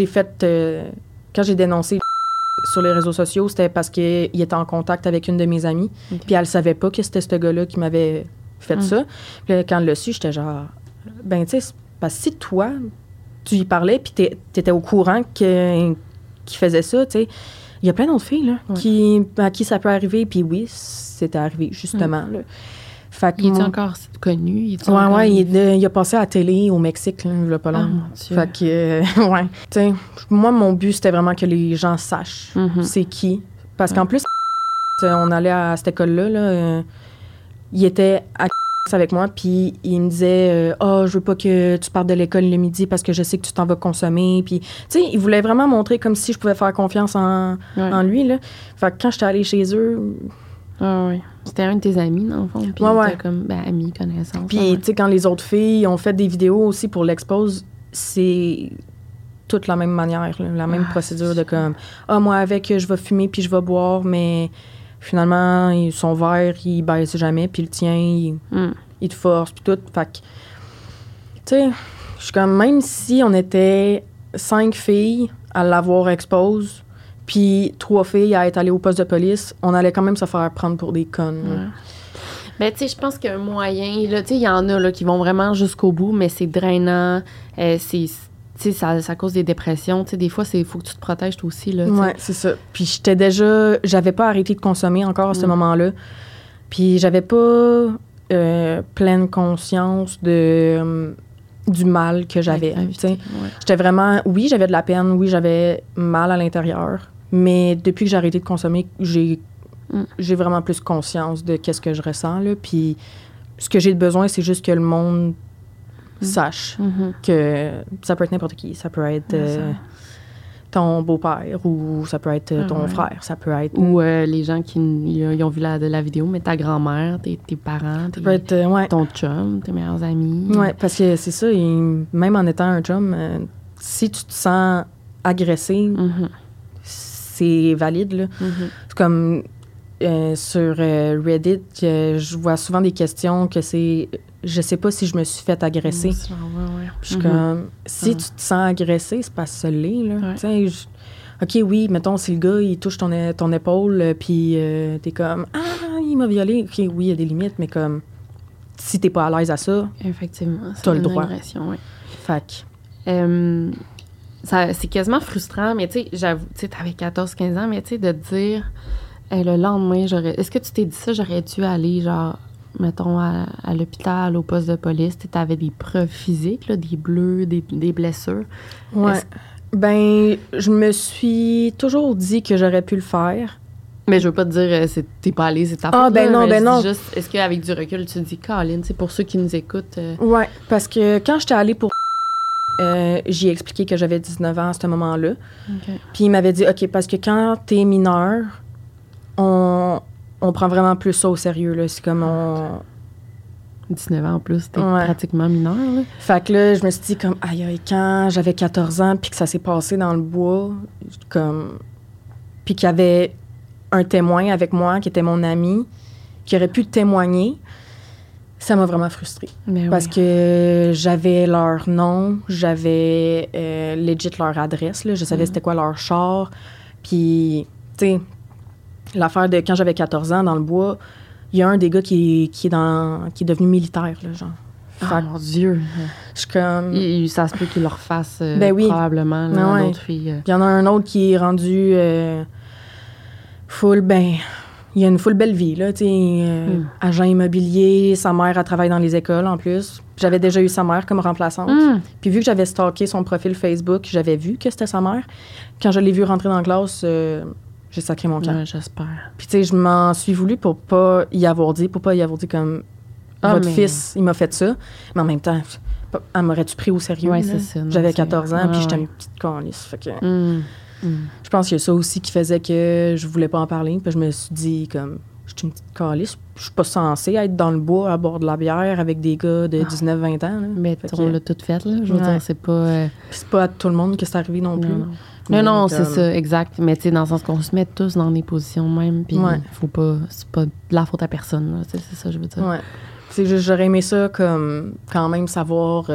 Speaker 4: j'ai dénoncé sur les réseaux sociaux, c'était parce qu'il était en contact avec une de mes amies. Puis elle savait pas que c'était ce gars-là qui m'avait fait ça. Puis là, quand elle l'a su, j'étais genre... Ben, tu sais, parce que si toi, tu y parlais puis t'étais au courant qu'il faisait ça, tu sais, il y a plein d'autres filles, là, à qui ça peut arriver. Puis oui, c'était arrivé, justement, là. Fait que
Speaker 3: il est encore connu?
Speaker 4: Il a passé à la télé au Mexique, là, il y a pas longtemps. Fait que, ouais. Tu sais, moi, mon but, c'était vraiment que les gens sachent c'est qui. Parce qu'en plus, on allait à cette école-là, là, il était à avec moi, puis il me disait « je veux pas que tu partes de l'école le midi parce que je sais que tu t'en vas consommer. » Puis, tu sais, il voulait vraiment montrer comme si je pouvais faire confiance en lui, là. Fait que quand j'étais allée chez eux...
Speaker 3: C'était un de tes amis, dans le fond. Puis t'as comme, amis, connaissances.
Speaker 4: Puis, tu sais, quand les autres filles ont fait des vidéos aussi pour l'expose, c'est toute la même manière, là, la même procédure de comme, moi, avec, je vais fumer puis je vais boire, mais finalement, son verre, il baisse jamais, puis le tien, il te force, puis tout. Fait que, tu sais, je suis comme, même si on était 5 filles à l'avoir expose, puis 3 filles à être allées au poste de police, on allait quand même se faire prendre pour des connes.
Speaker 3: Ben, tu sais, je pense qu'il y a un moyen, là, tu sais, il y en a, là, qui vont vraiment jusqu'au bout, mais c'est drainant, tu sais, ça cause des dépressions, tu sais, des fois, il faut que tu te protèges toi aussi, là.
Speaker 4: Ouais, c'est ça. Puis j'avais pas arrêté de consommer encore à ce moment-là, puis j'avais pas pleine conscience du mal que j'avais, tu sais. J'étais vraiment, oui, j'avais de la peine, oui, j'avais mal à l'intérieur, mais depuis que j'ai arrêté de consommer, j'ai vraiment plus conscience de qu'est-ce que je ressens, là. Puis ce que j'ai besoin, c'est juste que le monde sache que ça peut être n'importe qui. Ça peut être ton beau-père ou ça peut être ton frère. Ça peut être...
Speaker 3: Ou les gens qui ils ont vu la vidéo, mais ta grand-mère, tes parents,
Speaker 4: ça peut être,
Speaker 3: ton chum, tes meilleurs amis.
Speaker 4: Oui, parce que c'est ça. Même en étant un chum, si tu te sens agressé, c'est valide, là. C'est comme... sur Reddit, je vois souvent des questions que c'est « Je sais pas si je me suis fait agresser. » Je suis comme « Si tu te sens agressé, c'est pas ça l'est, là. Tu sais, OK, oui, mettons, si le gars, il touche ton épaule, puis t'es comme « Ah, il m'a violé. » OK, oui, il y a des limites, mais comme si t'es pas à l'aise à ça,
Speaker 3: effectivement,
Speaker 4: t'as le droit.
Speaker 3: Fait que... c'est quasiment frustrant, mais tu sais, j'avoue, tu sais, t'avais 14-15 ans, mais tu sais, de te dire... le lendemain, est-ce que tu t'es dit ça, j'aurais dû aller, genre, mettons, à l'hôpital, au poste de police, tu avais des preuves physiques, là, des bleus, des blessures?
Speaker 4: Ouais. Ben, je me suis toujours dit que j'aurais pu le faire.
Speaker 3: Mais je veux pas te dire, t'es pas allée, c'est ta faute.
Speaker 4: Ben non.
Speaker 3: Juste, est-ce qu'avec du recul, tu te dis, Caroline, c'est pour ceux qui nous écoutent?
Speaker 4: Ouais, parce que quand j'étais allée pour... j'ai expliqué que j'avais 19 ans à ce moment-là. Puis il m'avait dit, OK, parce que quand t'es mineur... On prend vraiment plus ça au sérieux, là. C'est comme
Speaker 3: 19 ans en plus, t'es pratiquement mineur, là.
Speaker 4: Fait que là, je me suis dit comme, aïe, quand j'avais 14 ans, puis que ça s'est passé dans le bois, comme... Puis qu'il y avait un témoin avec moi, qui était mon ami, qui aurait pu témoigner, ça m'a vraiment frustrée. Parce que j'avais leur nom, j'avais legit leur adresse, là. Je savais c'était quoi leur char. Puis, tu sais... L'affaire de quand j'avais 14 ans dans le bois, il y a un des gars qui est devenu militaire, là, genre.
Speaker 3: Oh mon Dieu!
Speaker 4: Je suis comme...
Speaker 3: Ça se peut qu'il le refasse probablement,
Speaker 4: d'autres filles. Il y en a un autre qui est rendu full, il a une full belle vie, là, tu sais, agent immobilier, sa mère, elle travaille dans les écoles, en plus. J'avais déjà eu sa mère comme remplaçante. Puis vu que j'avais stalké son profil Facebook, j'avais vu que c'était sa mère. Quand je l'ai vu rentrer dans la classe, j'ai sacré mon camp.
Speaker 3: Ouais, j'espère.
Speaker 4: Puis tu sais, je m'en suis voulu pour pas y avoir dit comme... Votre fils, il m'a fait ça. Mais en même temps, elle m'aurait-tu pris au sérieux?
Speaker 3: Oui, c'est ça.
Speaker 4: J'avais 14 ans, puis j'étais une petite calisse. Fait que je pense qu'il y a ça aussi qui faisait que je voulais pas en parler. Puis je me suis dit, comme, je suis une petite calisse. Je suis pas censée être dans le bois à boire de la bière avec des gars de 19-20 ans. Là.
Speaker 3: Mais on l'a tout fait, là. Je veux dire, c'est pas...
Speaker 4: Puis c'est pas à tout le monde que c'est arrivé non plus.
Speaker 3: Non, c'est ça, exact. Mais tu sais, dans le sens qu'on se met tous dans des positions même, puis faut pas... C'est pas de la faute à personne, là. C'est ça, je veux dire.
Speaker 4: Ouais. C'est juste, j'aurais aimé ça comme quand même savoir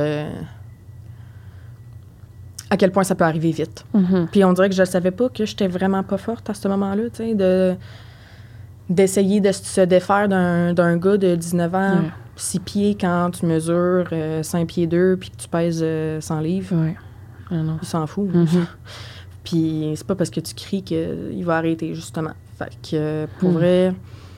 Speaker 4: à quel point ça peut arriver vite. Puis on dirait que je ne savais pas que j'étais vraiment pas forte à ce moment-là, tu sais, d'essayer de se défaire d'un gars de 19 ans, 6 pieds quand tu mesures 5 pieds 2 puis que tu pèses 100 livres.
Speaker 3: Ouais. Ah non.
Speaker 4: Il s'en fout. Puis c'est pas parce que tu cries qu'il va arrêter, justement. Fait que pour vrai...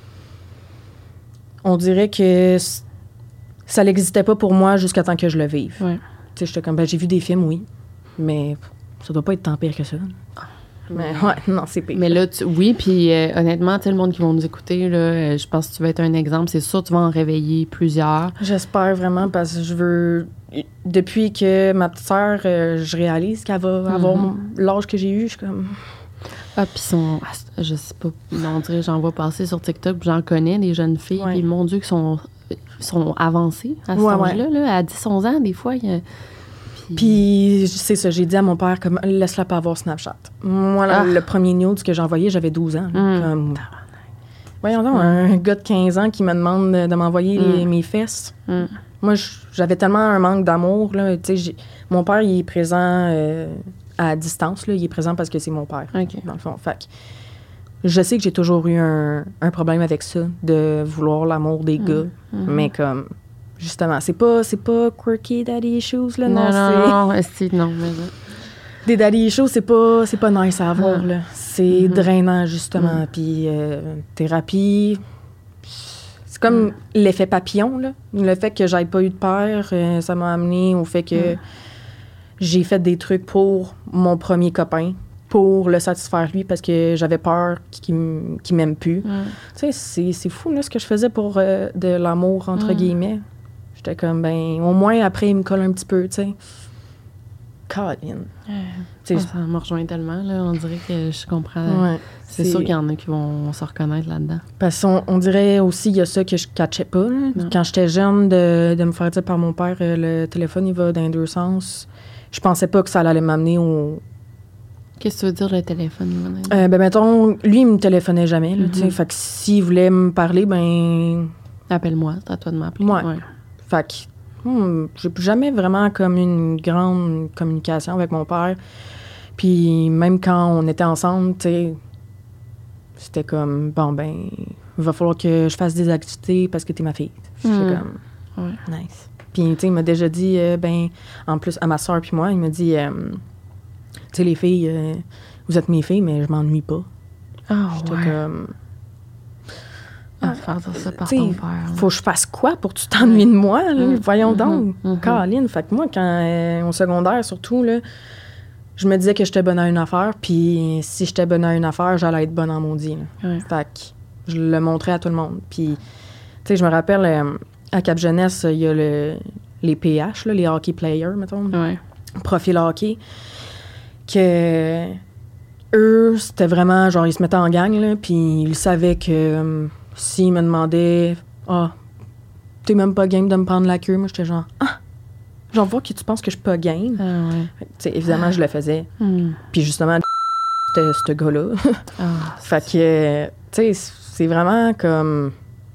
Speaker 4: On dirait que ça n'existait pas pour moi jusqu'à temps que je le vive.
Speaker 3: Ouais.
Speaker 4: Tu sais, j'étais comme, j'ai vu des films, oui, mais ça doit pas être tant pire que ça. Mais non, c'est pire.
Speaker 3: Mais là, oui, puis honnêtement, tu sais, le monde qui va nous écouter, là, je pense que tu vas être un exemple. C'est sûr, tu vas en réveiller plusieurs.
Speaker 4: J'espère vraiment, parce que je veux... Depuis que ma petite sœur, je réalise qu'elle va avoir l'âge que j'ai eu, je suis comme...
Speaker 3: Ah, puis je sais pas, on dirait, j'en vois passer sur TikTok, puis j'en connais des jeunes filles, puis mon Dieu, qui sont avancées à cet âge-là, là, à 10-11 ans, des fois.
Speaker 4: Puis c'est ça, j'ai dit à mon père, comme, laisse-la pas avoir Snapchat. Moi, le premier nude que j'ai envoyé, j'avais 12 ans. Comme, voyons donc, un gars de 15 ans qui me demande de m'envoyer mes fesses. Moi, j'avais tellement un manque d'amour, là, tu sais, mon père, il est présent... à distance, là, il est présent parce que c'est mon père, dans le fond. Fait que je sais que j'ai toujours eu un problème avec ça, de vouloir l'amour des gars, mais comme, justement, c'est pas quirky daddy issues, là,
Speaker 3: non, mais...
Speaker 4: Des daddy issues, c'est pas nice à avoir, là. C'est drainant, justement, puis thérapie... C'est comme l'effet papillon, là. Le fait que j'aille pas eu de père, ça m'a amené au fait que... J'ai fait des trucs pour mon premier copain, pour le satisfaire lui, parce que j'avais peur qu'il m'aime plus. Tu sais, c'est fou, là, ce que je faisais pour de l'amour, entre guillemets. J'étais comme, au moins, après, il me colle un petit peu, tu sais. Colin.
Speaker 3: Ça me rejoint tellement, là. On dirait que je comprends. C'est sûr qu'il y en a qui vont se reconnaître là-dedans.
Speaker 4: Parce qu'on dirait aussi, il y a ça que je catchais pas, là. Quand j'étais jeune, de me faire dire par mon père, le téléphone, il va dans les deux sens. Je pensais pas que ça allait m'amener au...
Speaker 3: Qu'est-ce que tu veux dire, le téléphone?
Speaker 4: Mettons, lui, il me téléphonait jamais, là, tu sais. Fait que s'il voulait me parler,
Speaker 3: appelle-moi, c'est à toi de m'appeler.
Speaker 4: Ouais. Fait que j'ai jamais vraiment comme une grande communication avec mon père. Puis même quand on était ensemble, tu sais, c'était comme, il va falloir que je fasse des activités parce que t'es ma fille. J'étais comme, nice. Puis, tu sais, il m'a déjà dit, en plus, à ma soeur puis moi, il m'a dit, tu sais, les filles, vous êtes mes filles, mais je m'ennuie pas. J'étais comme...
Speaker 3: faire ça par ton père.
Speaker 4: Faut que je fasse quoi pour que tu t'ennuies de moi, là? Voyons donc. Caroline, fait que moi, quand, au secondaire, surtout, là, je me disais que j'étais bonne à une affaire, puis si j'étais bonne à une affaire, j'allais être bonne en maudit. Fait que je le montrais à tout le monde. Puis, tu sais, je me rappelle... à Cap-Jeunesse, il y a les PH, là, les hockey players, mettons. Profil hockey. Que eux, c'était vraiment, genre, ils se mettaient en gang, là, puis ils savaient que s'ils me demandaient « Ah, t'es même pas game de me prendre la queue? » Moi, j'étais genre « Ah! J'en vois que tu penses que je suis pas game. » Tu sais, évidemment, je le faisais. Puis justement, c'était ce gars-là. Fait que, tu sais, c'est vraiment comme...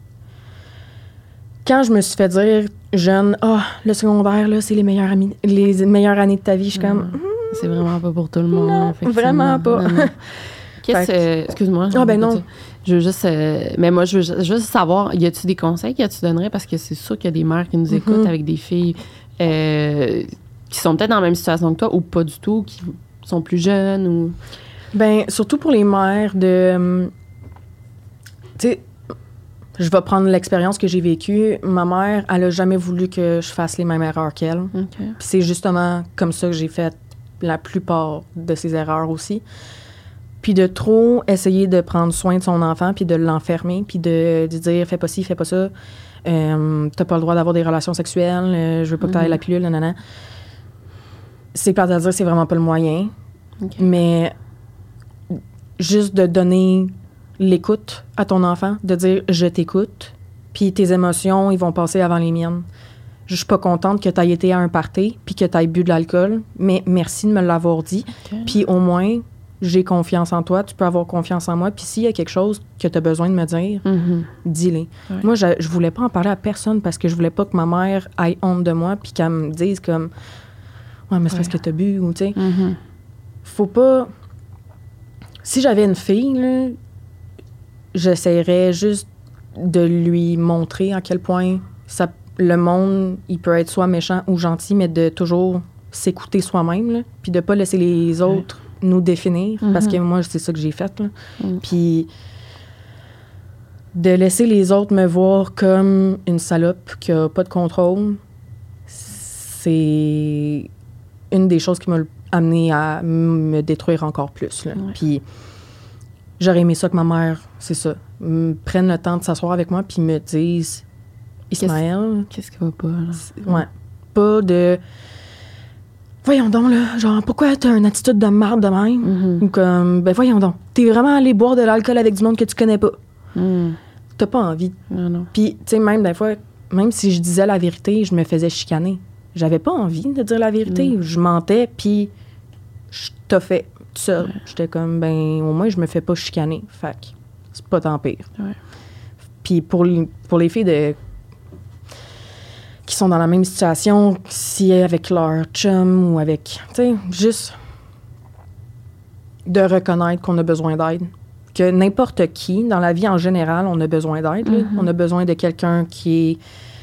Speaker 4: Quand je me suis fait dire, jeune, le secondaire, là, c'est les meilleures années de ta vie, je suis comme...
Speaker 3: C'est vraiment pas pour tout le monde.
Speaker 4: Non, vraiment pas.
Speaker 3: Excuse-moi.
Speaker 4: Ah, ben non.
Speaker 3: Je veux juste... mais moi, je veux juste savoir, y a-tu des conseils que tu donnerais? Parce que c'est sûr qu'il y a des mères qui nous écoutent avec des filles qui sont peut-être dans la même situation que toi ou pas du tout, qui sont plus jeunes ou...
Speaker 4: Ben surtout pour les mères de... tu sais, je vais prendre l'expérience que j'ai vécue. Ma mère, elle a jamais voulu que je fasse les mêmes erreurs qu'elle.
Speaker 3: OK.
Speaker 4: Puis c'est justement comme ça que j'ai fait la plupart de ces erreurs aussi. Puis de trop essayer de prendre soin de son enfant, puis de l'enfermer, puis de dire « fais pas ci, fais pas ça, t'as pas le droit d'avoir des relations sexuelles, je veux pas que t'ailles la pilule, nanana ». C'est plate à dire, c'est vraiment pas le moyen.
Speaker 3: OK.
Speaker 4: Mais juste de donner l'écoute à ton enfant, de dire « je t'écoute », puis tes émotions, ils vont passer avant les miennes. Je suis pas contente que tu aies été à un party puis que tu aies bu de l'alcool, mais merci de me l'avoir dit.
Speaker 3: Okay.
Speaker 4: Puis au moins, j'ai confiance en toi, tu peux avoir confiance en moi. Puis s'il y a quelque chose que tu as besoin de me dire, dis-le.
Speaker 3: Ouais.
Speaker 4: Moi, je voulais pas en parler à personne parce que je voulais pas que ma mère ait honte de moi puis qu'elle me dise comme « ouais, mais c'est parce que tu as bu » ou tu sais. Faut pas... Si j'avais une fille, là, j'essaierais juste de lui montrer à quel point le monde, il peut être soit méchant ou gentil, mais de toujours s'écouter soi-même, là, puis de pas laisser les autres nous définir, parce que moi, c'est ça que j'ai fait. Là. Puis de laisser les autres me voir comme une salope qui a pas de contrôle, c'est une des choses qui m'a amené à me détruire encore plus. Là. Puis j'aurais aimé ça que ma mère, c'est ça, prenne le temps de s'asseoir avec moi puis me dise « Ismaël... »
Speaker 3: Qu'est-ce qui va pas, là?
Speaker 4: Ouais. Pas de... Voyons donc, là, genre, pourquoi t'as une attitude de marde de même? Ou comme, ben voyons donc, t'es vraiment allé boire de l'alcool avec du monde que tu connais pas. T'as pas envie.
Speaker 3: Non.
Speaker 4: Puis, tu sais, même des fois, même si je disais la vérité, je me faisais chicaner. J'avais pas envie de dire la vérité. Je mentais, puis je t'ai fait tout seul. J'étais comme, ben, au moins, je me fais pas chicaner. Fait que c'est pas tant pire. Puis pour les filles qui sont dans la même situation, si avec leur chum ou avec, tu sais, juste de reconnaître qu'on a besoin d'aide. Que n'importe qui, dans la vie en général, on a besoin d'aide. On a besoin de quelqu'un qui est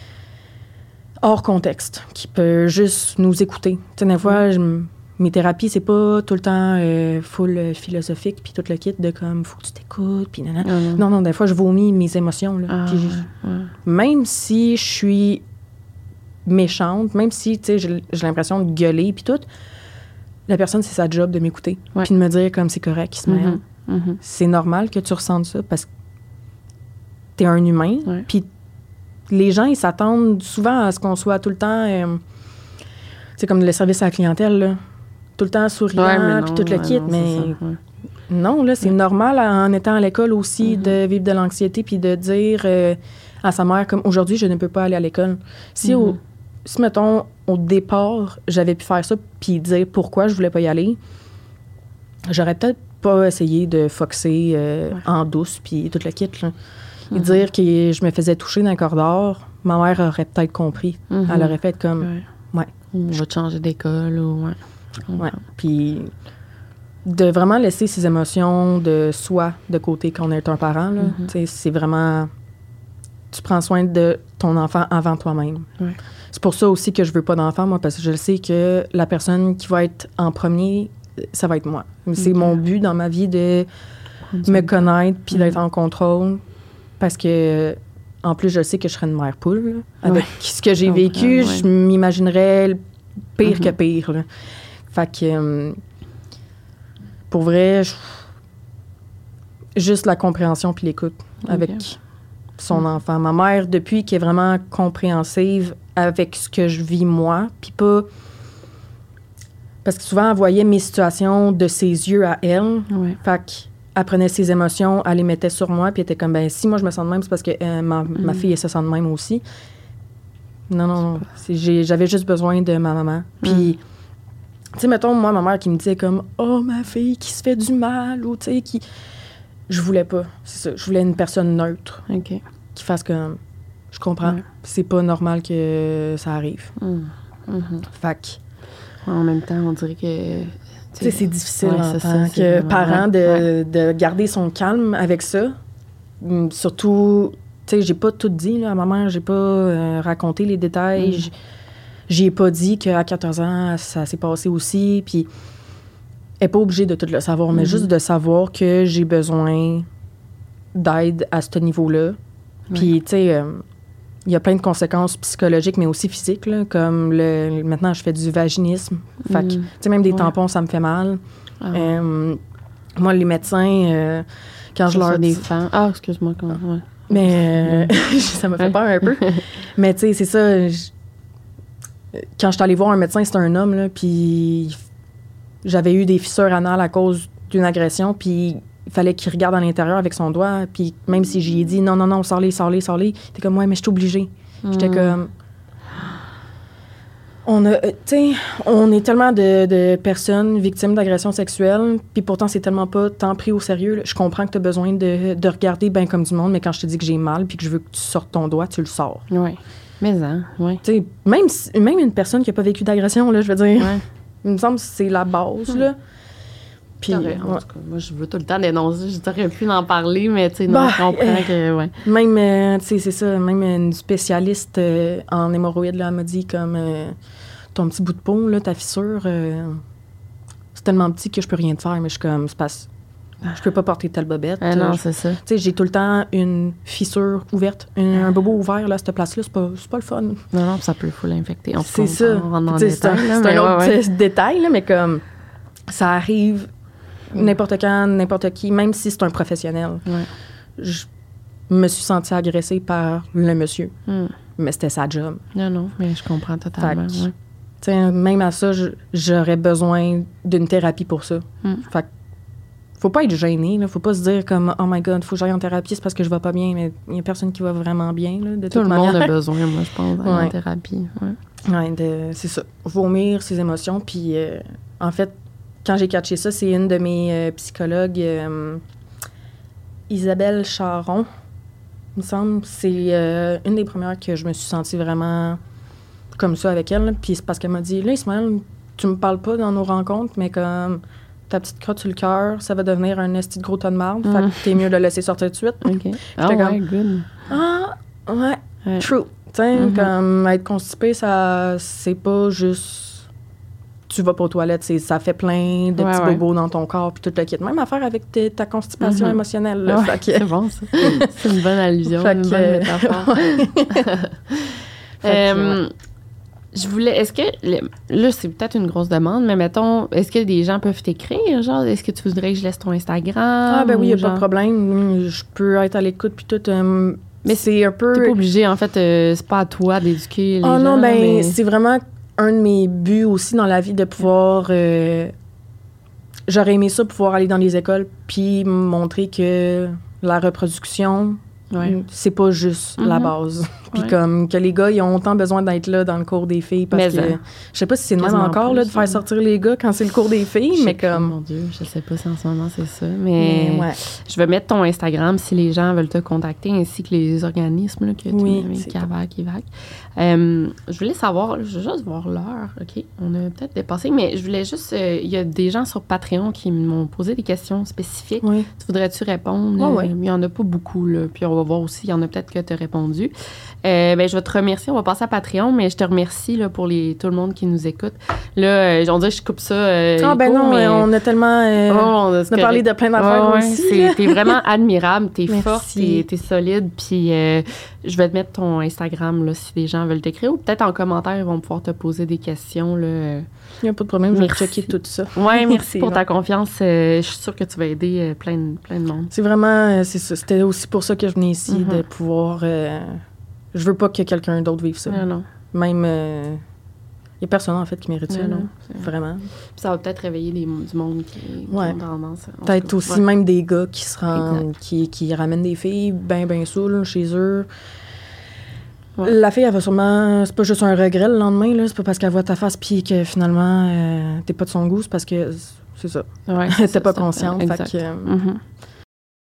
Speaker 4: hors contexte, qui peut juste nous écouter. Tu sais, des fois, mes thérapies, c'est pas tout le temps full philosophique, puis tout le kit de comme, faut que tu t'écoutes, puis nanana. Non, des fois, je vomis mes émotions. Là, même si je suis méchante, même si, tu sais, j'ai l'impression de gueuler, puis tout, la personne, c'est sa job de m'écouter, puis de me dire comme c'est correct, Ismaël. C'est normal que tu ressentes ça, parce que t'es un humain, puis les gens, ils s'attendent souvent à ce qu'on soit tout le temps, c'est comme le service à la clientèle, là. Tout le temps souriant, puis tout le kit, mais non, là, c'est normal en étant à l'école aussi de vivre de l'anxiété puis de dire à sa mère comme aujourd'hui, je ne peux pas aller à l'école. Si, mettons, au départ, j'avais pu faire ça puis dire pourquoi je voulais pas y aller, j'aurais peut-être pas essayé de foxer en douce puis tout le kit, là. Et dire que je me faisais toucher dans le corridor, ma mère aurait peut-être compris. Elle aurait fait comme,
Speaker 3: on va te changer d'école ou...
Speaker 4: Puis de vraiment laisser ses émotions de soi de côté quand on est un parent, là, c'est vraiment... Tu prends soin de ton enfant avant toi-même. C'est pour ça aussi que je veux pas d'enfant, moi, parce que je sais que la personne qui va être en premier, ça va être moi. C'est mon but dans ma vie de me connaître puis d'être en contrôle, parce que en plus, je sais que je serais une mère poule. Là. Avec ce que j'ai vécu, je m'imaginerais pire que pire. Là. Fait que, pour vrai, juste la compréhension puis l'écoute avec son enfant. Ma mère, depuis, qui est vraiment compréhensive avec ce que je vis moi, puis pas... Parce que souvent, elle voyait mes situations de ses yeux à elle. Fait qu'elle prenait ses émotions, elle les mettait sur moi, puis elle était comme, ben si moi je me sens de même, c'est parce que ma fille, elle se sent de même aussi. Non. J'avais juste besoin de ma maman. Puis... Tu sais, mettons, moi, ma mère qui me disait comme « Oh, ma fille qui se fait du mal » ou tu sais, qui... Je voulais pas, c'est ça. Je voulais une personne neutre qui fasse comme « Je comprends, c'est pas normal que ça arrive. » Fait que...
Speaker 3: En même temps, on dirait que
Speaker 4: Tu sais, c'est difficile en
Speaker 3: c'est
Speaker 4: tant que parent de garder son calme avec ça. Surtout, tu sais, j'ai pas tout dit, là, à ma mère, j'ai pas raconté les détails. J'ai pas dit qu'à 14 ans, ça s'est passé aussi, puis elle n'est pas obligée de tout le savoir, mais juste de savoir que j'ai besoin d'aide à ce niveau-là. Puis, tu sais, il y a plein de conséquences psychologiques, mais aussi physiques, là, comme maintenant, je fais du vaginisme. Fait que, tu sais, même des tampons, ça me fait mal. Moi, les médecins, quand je leur
Speaker 3: dis...
Speaker 4: des
Speaker 3: femmes. Excuse-moi.
Speaker 4: Mais ça m'a fait peur un peu. Mais, tu sais, c'est ça. Quand je suis allée voir un médecin, c'était un homme, là, puis j'avais eu des fissures anales à cause d'une agression, puis il fallait qu'il regarde à l'intérieur avec son doigt, puis même si j'y ai dit non, sors-les, t'es comme, ouais, mais je suis obligée. J'étais comme... On est tellement de personnes victimes d'agressions sexuelles, puis pourtant, c'est tellement pas tant pris au sérieux. Là. Je comprends que tu as besoin de regarder bien comme du monde, mais quand je te dis que j'ai mal, puis que je veux que tu sortes ton doigt, tu le sors.
Speaker 3: Oui. Mais oui.
Speaker 4: Tu sais, même une personne qui n'a pas vécu d'agression, là, je veux dire, il me semble que c'est la base, là. Puis,
Speaker 3: en tout cas, moi, je veux tout le temps dénoncer. J'aurais pu en parler, mais tu sais, je comprends que,
Speaker 4: Même, tu sais, c'est ça, même une spécialiste en hémorroïdes, là, elle m'a dit comme, ton petit bout de peau, là, ta fissure, c'est tellement petit que je peux rien te faire, mais je suis comme, c'est pas... Je peux pas porter telle bobette.
Speaker 3: Non, c'est ça.
Speaker 4: Tu sais, j'ai tout le temps une fissure ouverte, un bobo ouvert, là, à cette place-là, c'est pas le fun.
Speaker 3: Non, ça peut full infecter.
Speaker 4: C'est ça. C'est un autre détail, là, mais comme, ça arrive n'importe quand, n'importe qui, même si c'est un professionnel. Je me suis sentie agressée par le monsieur, mais c'était sa job.
Speaker 3: Non, mais je comprends totalement.
Speaker 4: Même à ça, j'aurais besoin d'une thérapie pour ça. Fait que, faut pas être gêné, là. Faut pas se dire comme, oh my God, faut que j'aille en thérapie, c'est parce que je vais pas bien, mais il y a personne qui va vraiment bien, là, de toute manière.
Speaker 3: Tout le monde a besoin, moi, je pense, d'aller en thérapie.
Speaker 4: C'est ça. Vomir ses émotions, puis en fait, quand j'ai catché ça, c'est une de mes psychologues, Isabelle Charon, il me semble. C'est une des premières que je me suis sentie vraiment comme ça avec elle. Puis c'est parce qu'elle m'a dit, là, Ismaël, tu me parles pas dans nos rencontres, mais comme ta petite crotte sur le cœur, ça va devenir un esti de gros tas de marde. Fait que t'es mieux de le laisser sortir tout de suite.
Speaker 3: OK. Good.
Speaker 4: True. Tu sais, comme être constipé, ça, c'est pas juste... Tu vas pas aux toilettes, ça fait plein de petits bobos dans ton corps, puis tout le kit. Même affaire avec ta constipation émotionnelle. Là,
Speaker 3: c'est bon, ça. C'est une bonne allusion, une bonne métaphore. Je voulais... Est-ce que... Là, c'est peut-être une grosse demande, mais mettons, est-ce que des gens peuvent t'écrire? Genre, est-ce que tu voudrais que je laisse ton Instagram?
Speaker 4: Ben oui, il n'y a pas de problème. Je peux être à l'écoute, puis tout... mais c'est un peu...
Speaker 3: T'es pas obligé, en fait, c'est pas à toi d'éduquer les gens.
Speaker 4: Non, mais c'est vraiment un de mes buts aussi dans la vie, de pouvoir... J'aurais aimé ça, pouvoir aller dans les écoles, puis montrer que la reproduction... c'est pas juste la base. Puis comme que les gars, ils ont autant besoin d'être là dans le cours des filles parce que je sais pas si c'est le même encore là, de faire sortir les gars quand c'est le cours des filles, mais comme...
Speaker 3: Mon Dieu, je sais pas si en ce moment c'est ça, mais je vais mettre ton Instagram si les gens veulent te contacter, ainsi que les organismes là, que tu m'as qui vaguent. Je voulais savoir, je veux juste voir l'heure, OK? On a peut-être dépassé, mais je voulais juste... Il y a des gens sur Patreon qui m'ont posé des questions spécifiques. Tu voudrais-tu répondre? Il y en a pas beaucoup, là. Puis on va voir aussi, il y en a peut-être que tu as répondu. Je vais te remercier. On va passer à Patreon, mais je te remercie là, pour tout le monde qui nous écoute. Là, on dirait que je coupe ça.
Speaker 4: Mais on a tellement... on a parlé de plein d'affaires aussi.
Speaker 3: T'es vraiment admirable, t'es forte, t'es solide. Puis je vais te mettre ton Instagram là, si les gens veulent t'écrire. Ou peut-être en commentaire, ils vont pouvoir te poser des questions. Il
Speaker 4: n'y a pas de problème, je vais checker tout ça.
Speaker 3: Oui, merci pour ta confiance. Je suis sûre que tu vas aider plein de monde.
Speaker 4: C'est vraiment... c'est ça. C'était aussi pour ça que je venais ici, de pouvoir... je veux pas que quelqu'un d'autre vive ça.
Speaker 3: Non.
Speaker 4: Même... il y a personne, en fait, qui mérite ça. Non. Vraiment.
Speaker 3: Puis ça va peut-être réveiller du monde qui ont tendance.
Speaker 4: Peut-être aussi même des gars qui se rendent... Qui ramènent des filles bien saoules chez eux. La fille, elle va sûrement... C'est pas juste un regret le lendemain, là. C'est pas parce qu'elle voit ta face puis que finalement, t'es pas de son goût. C'est parce que... C'est ça.
Speaker 3: Ouais,
Speaker 4: t'es pas consciente. Fait que,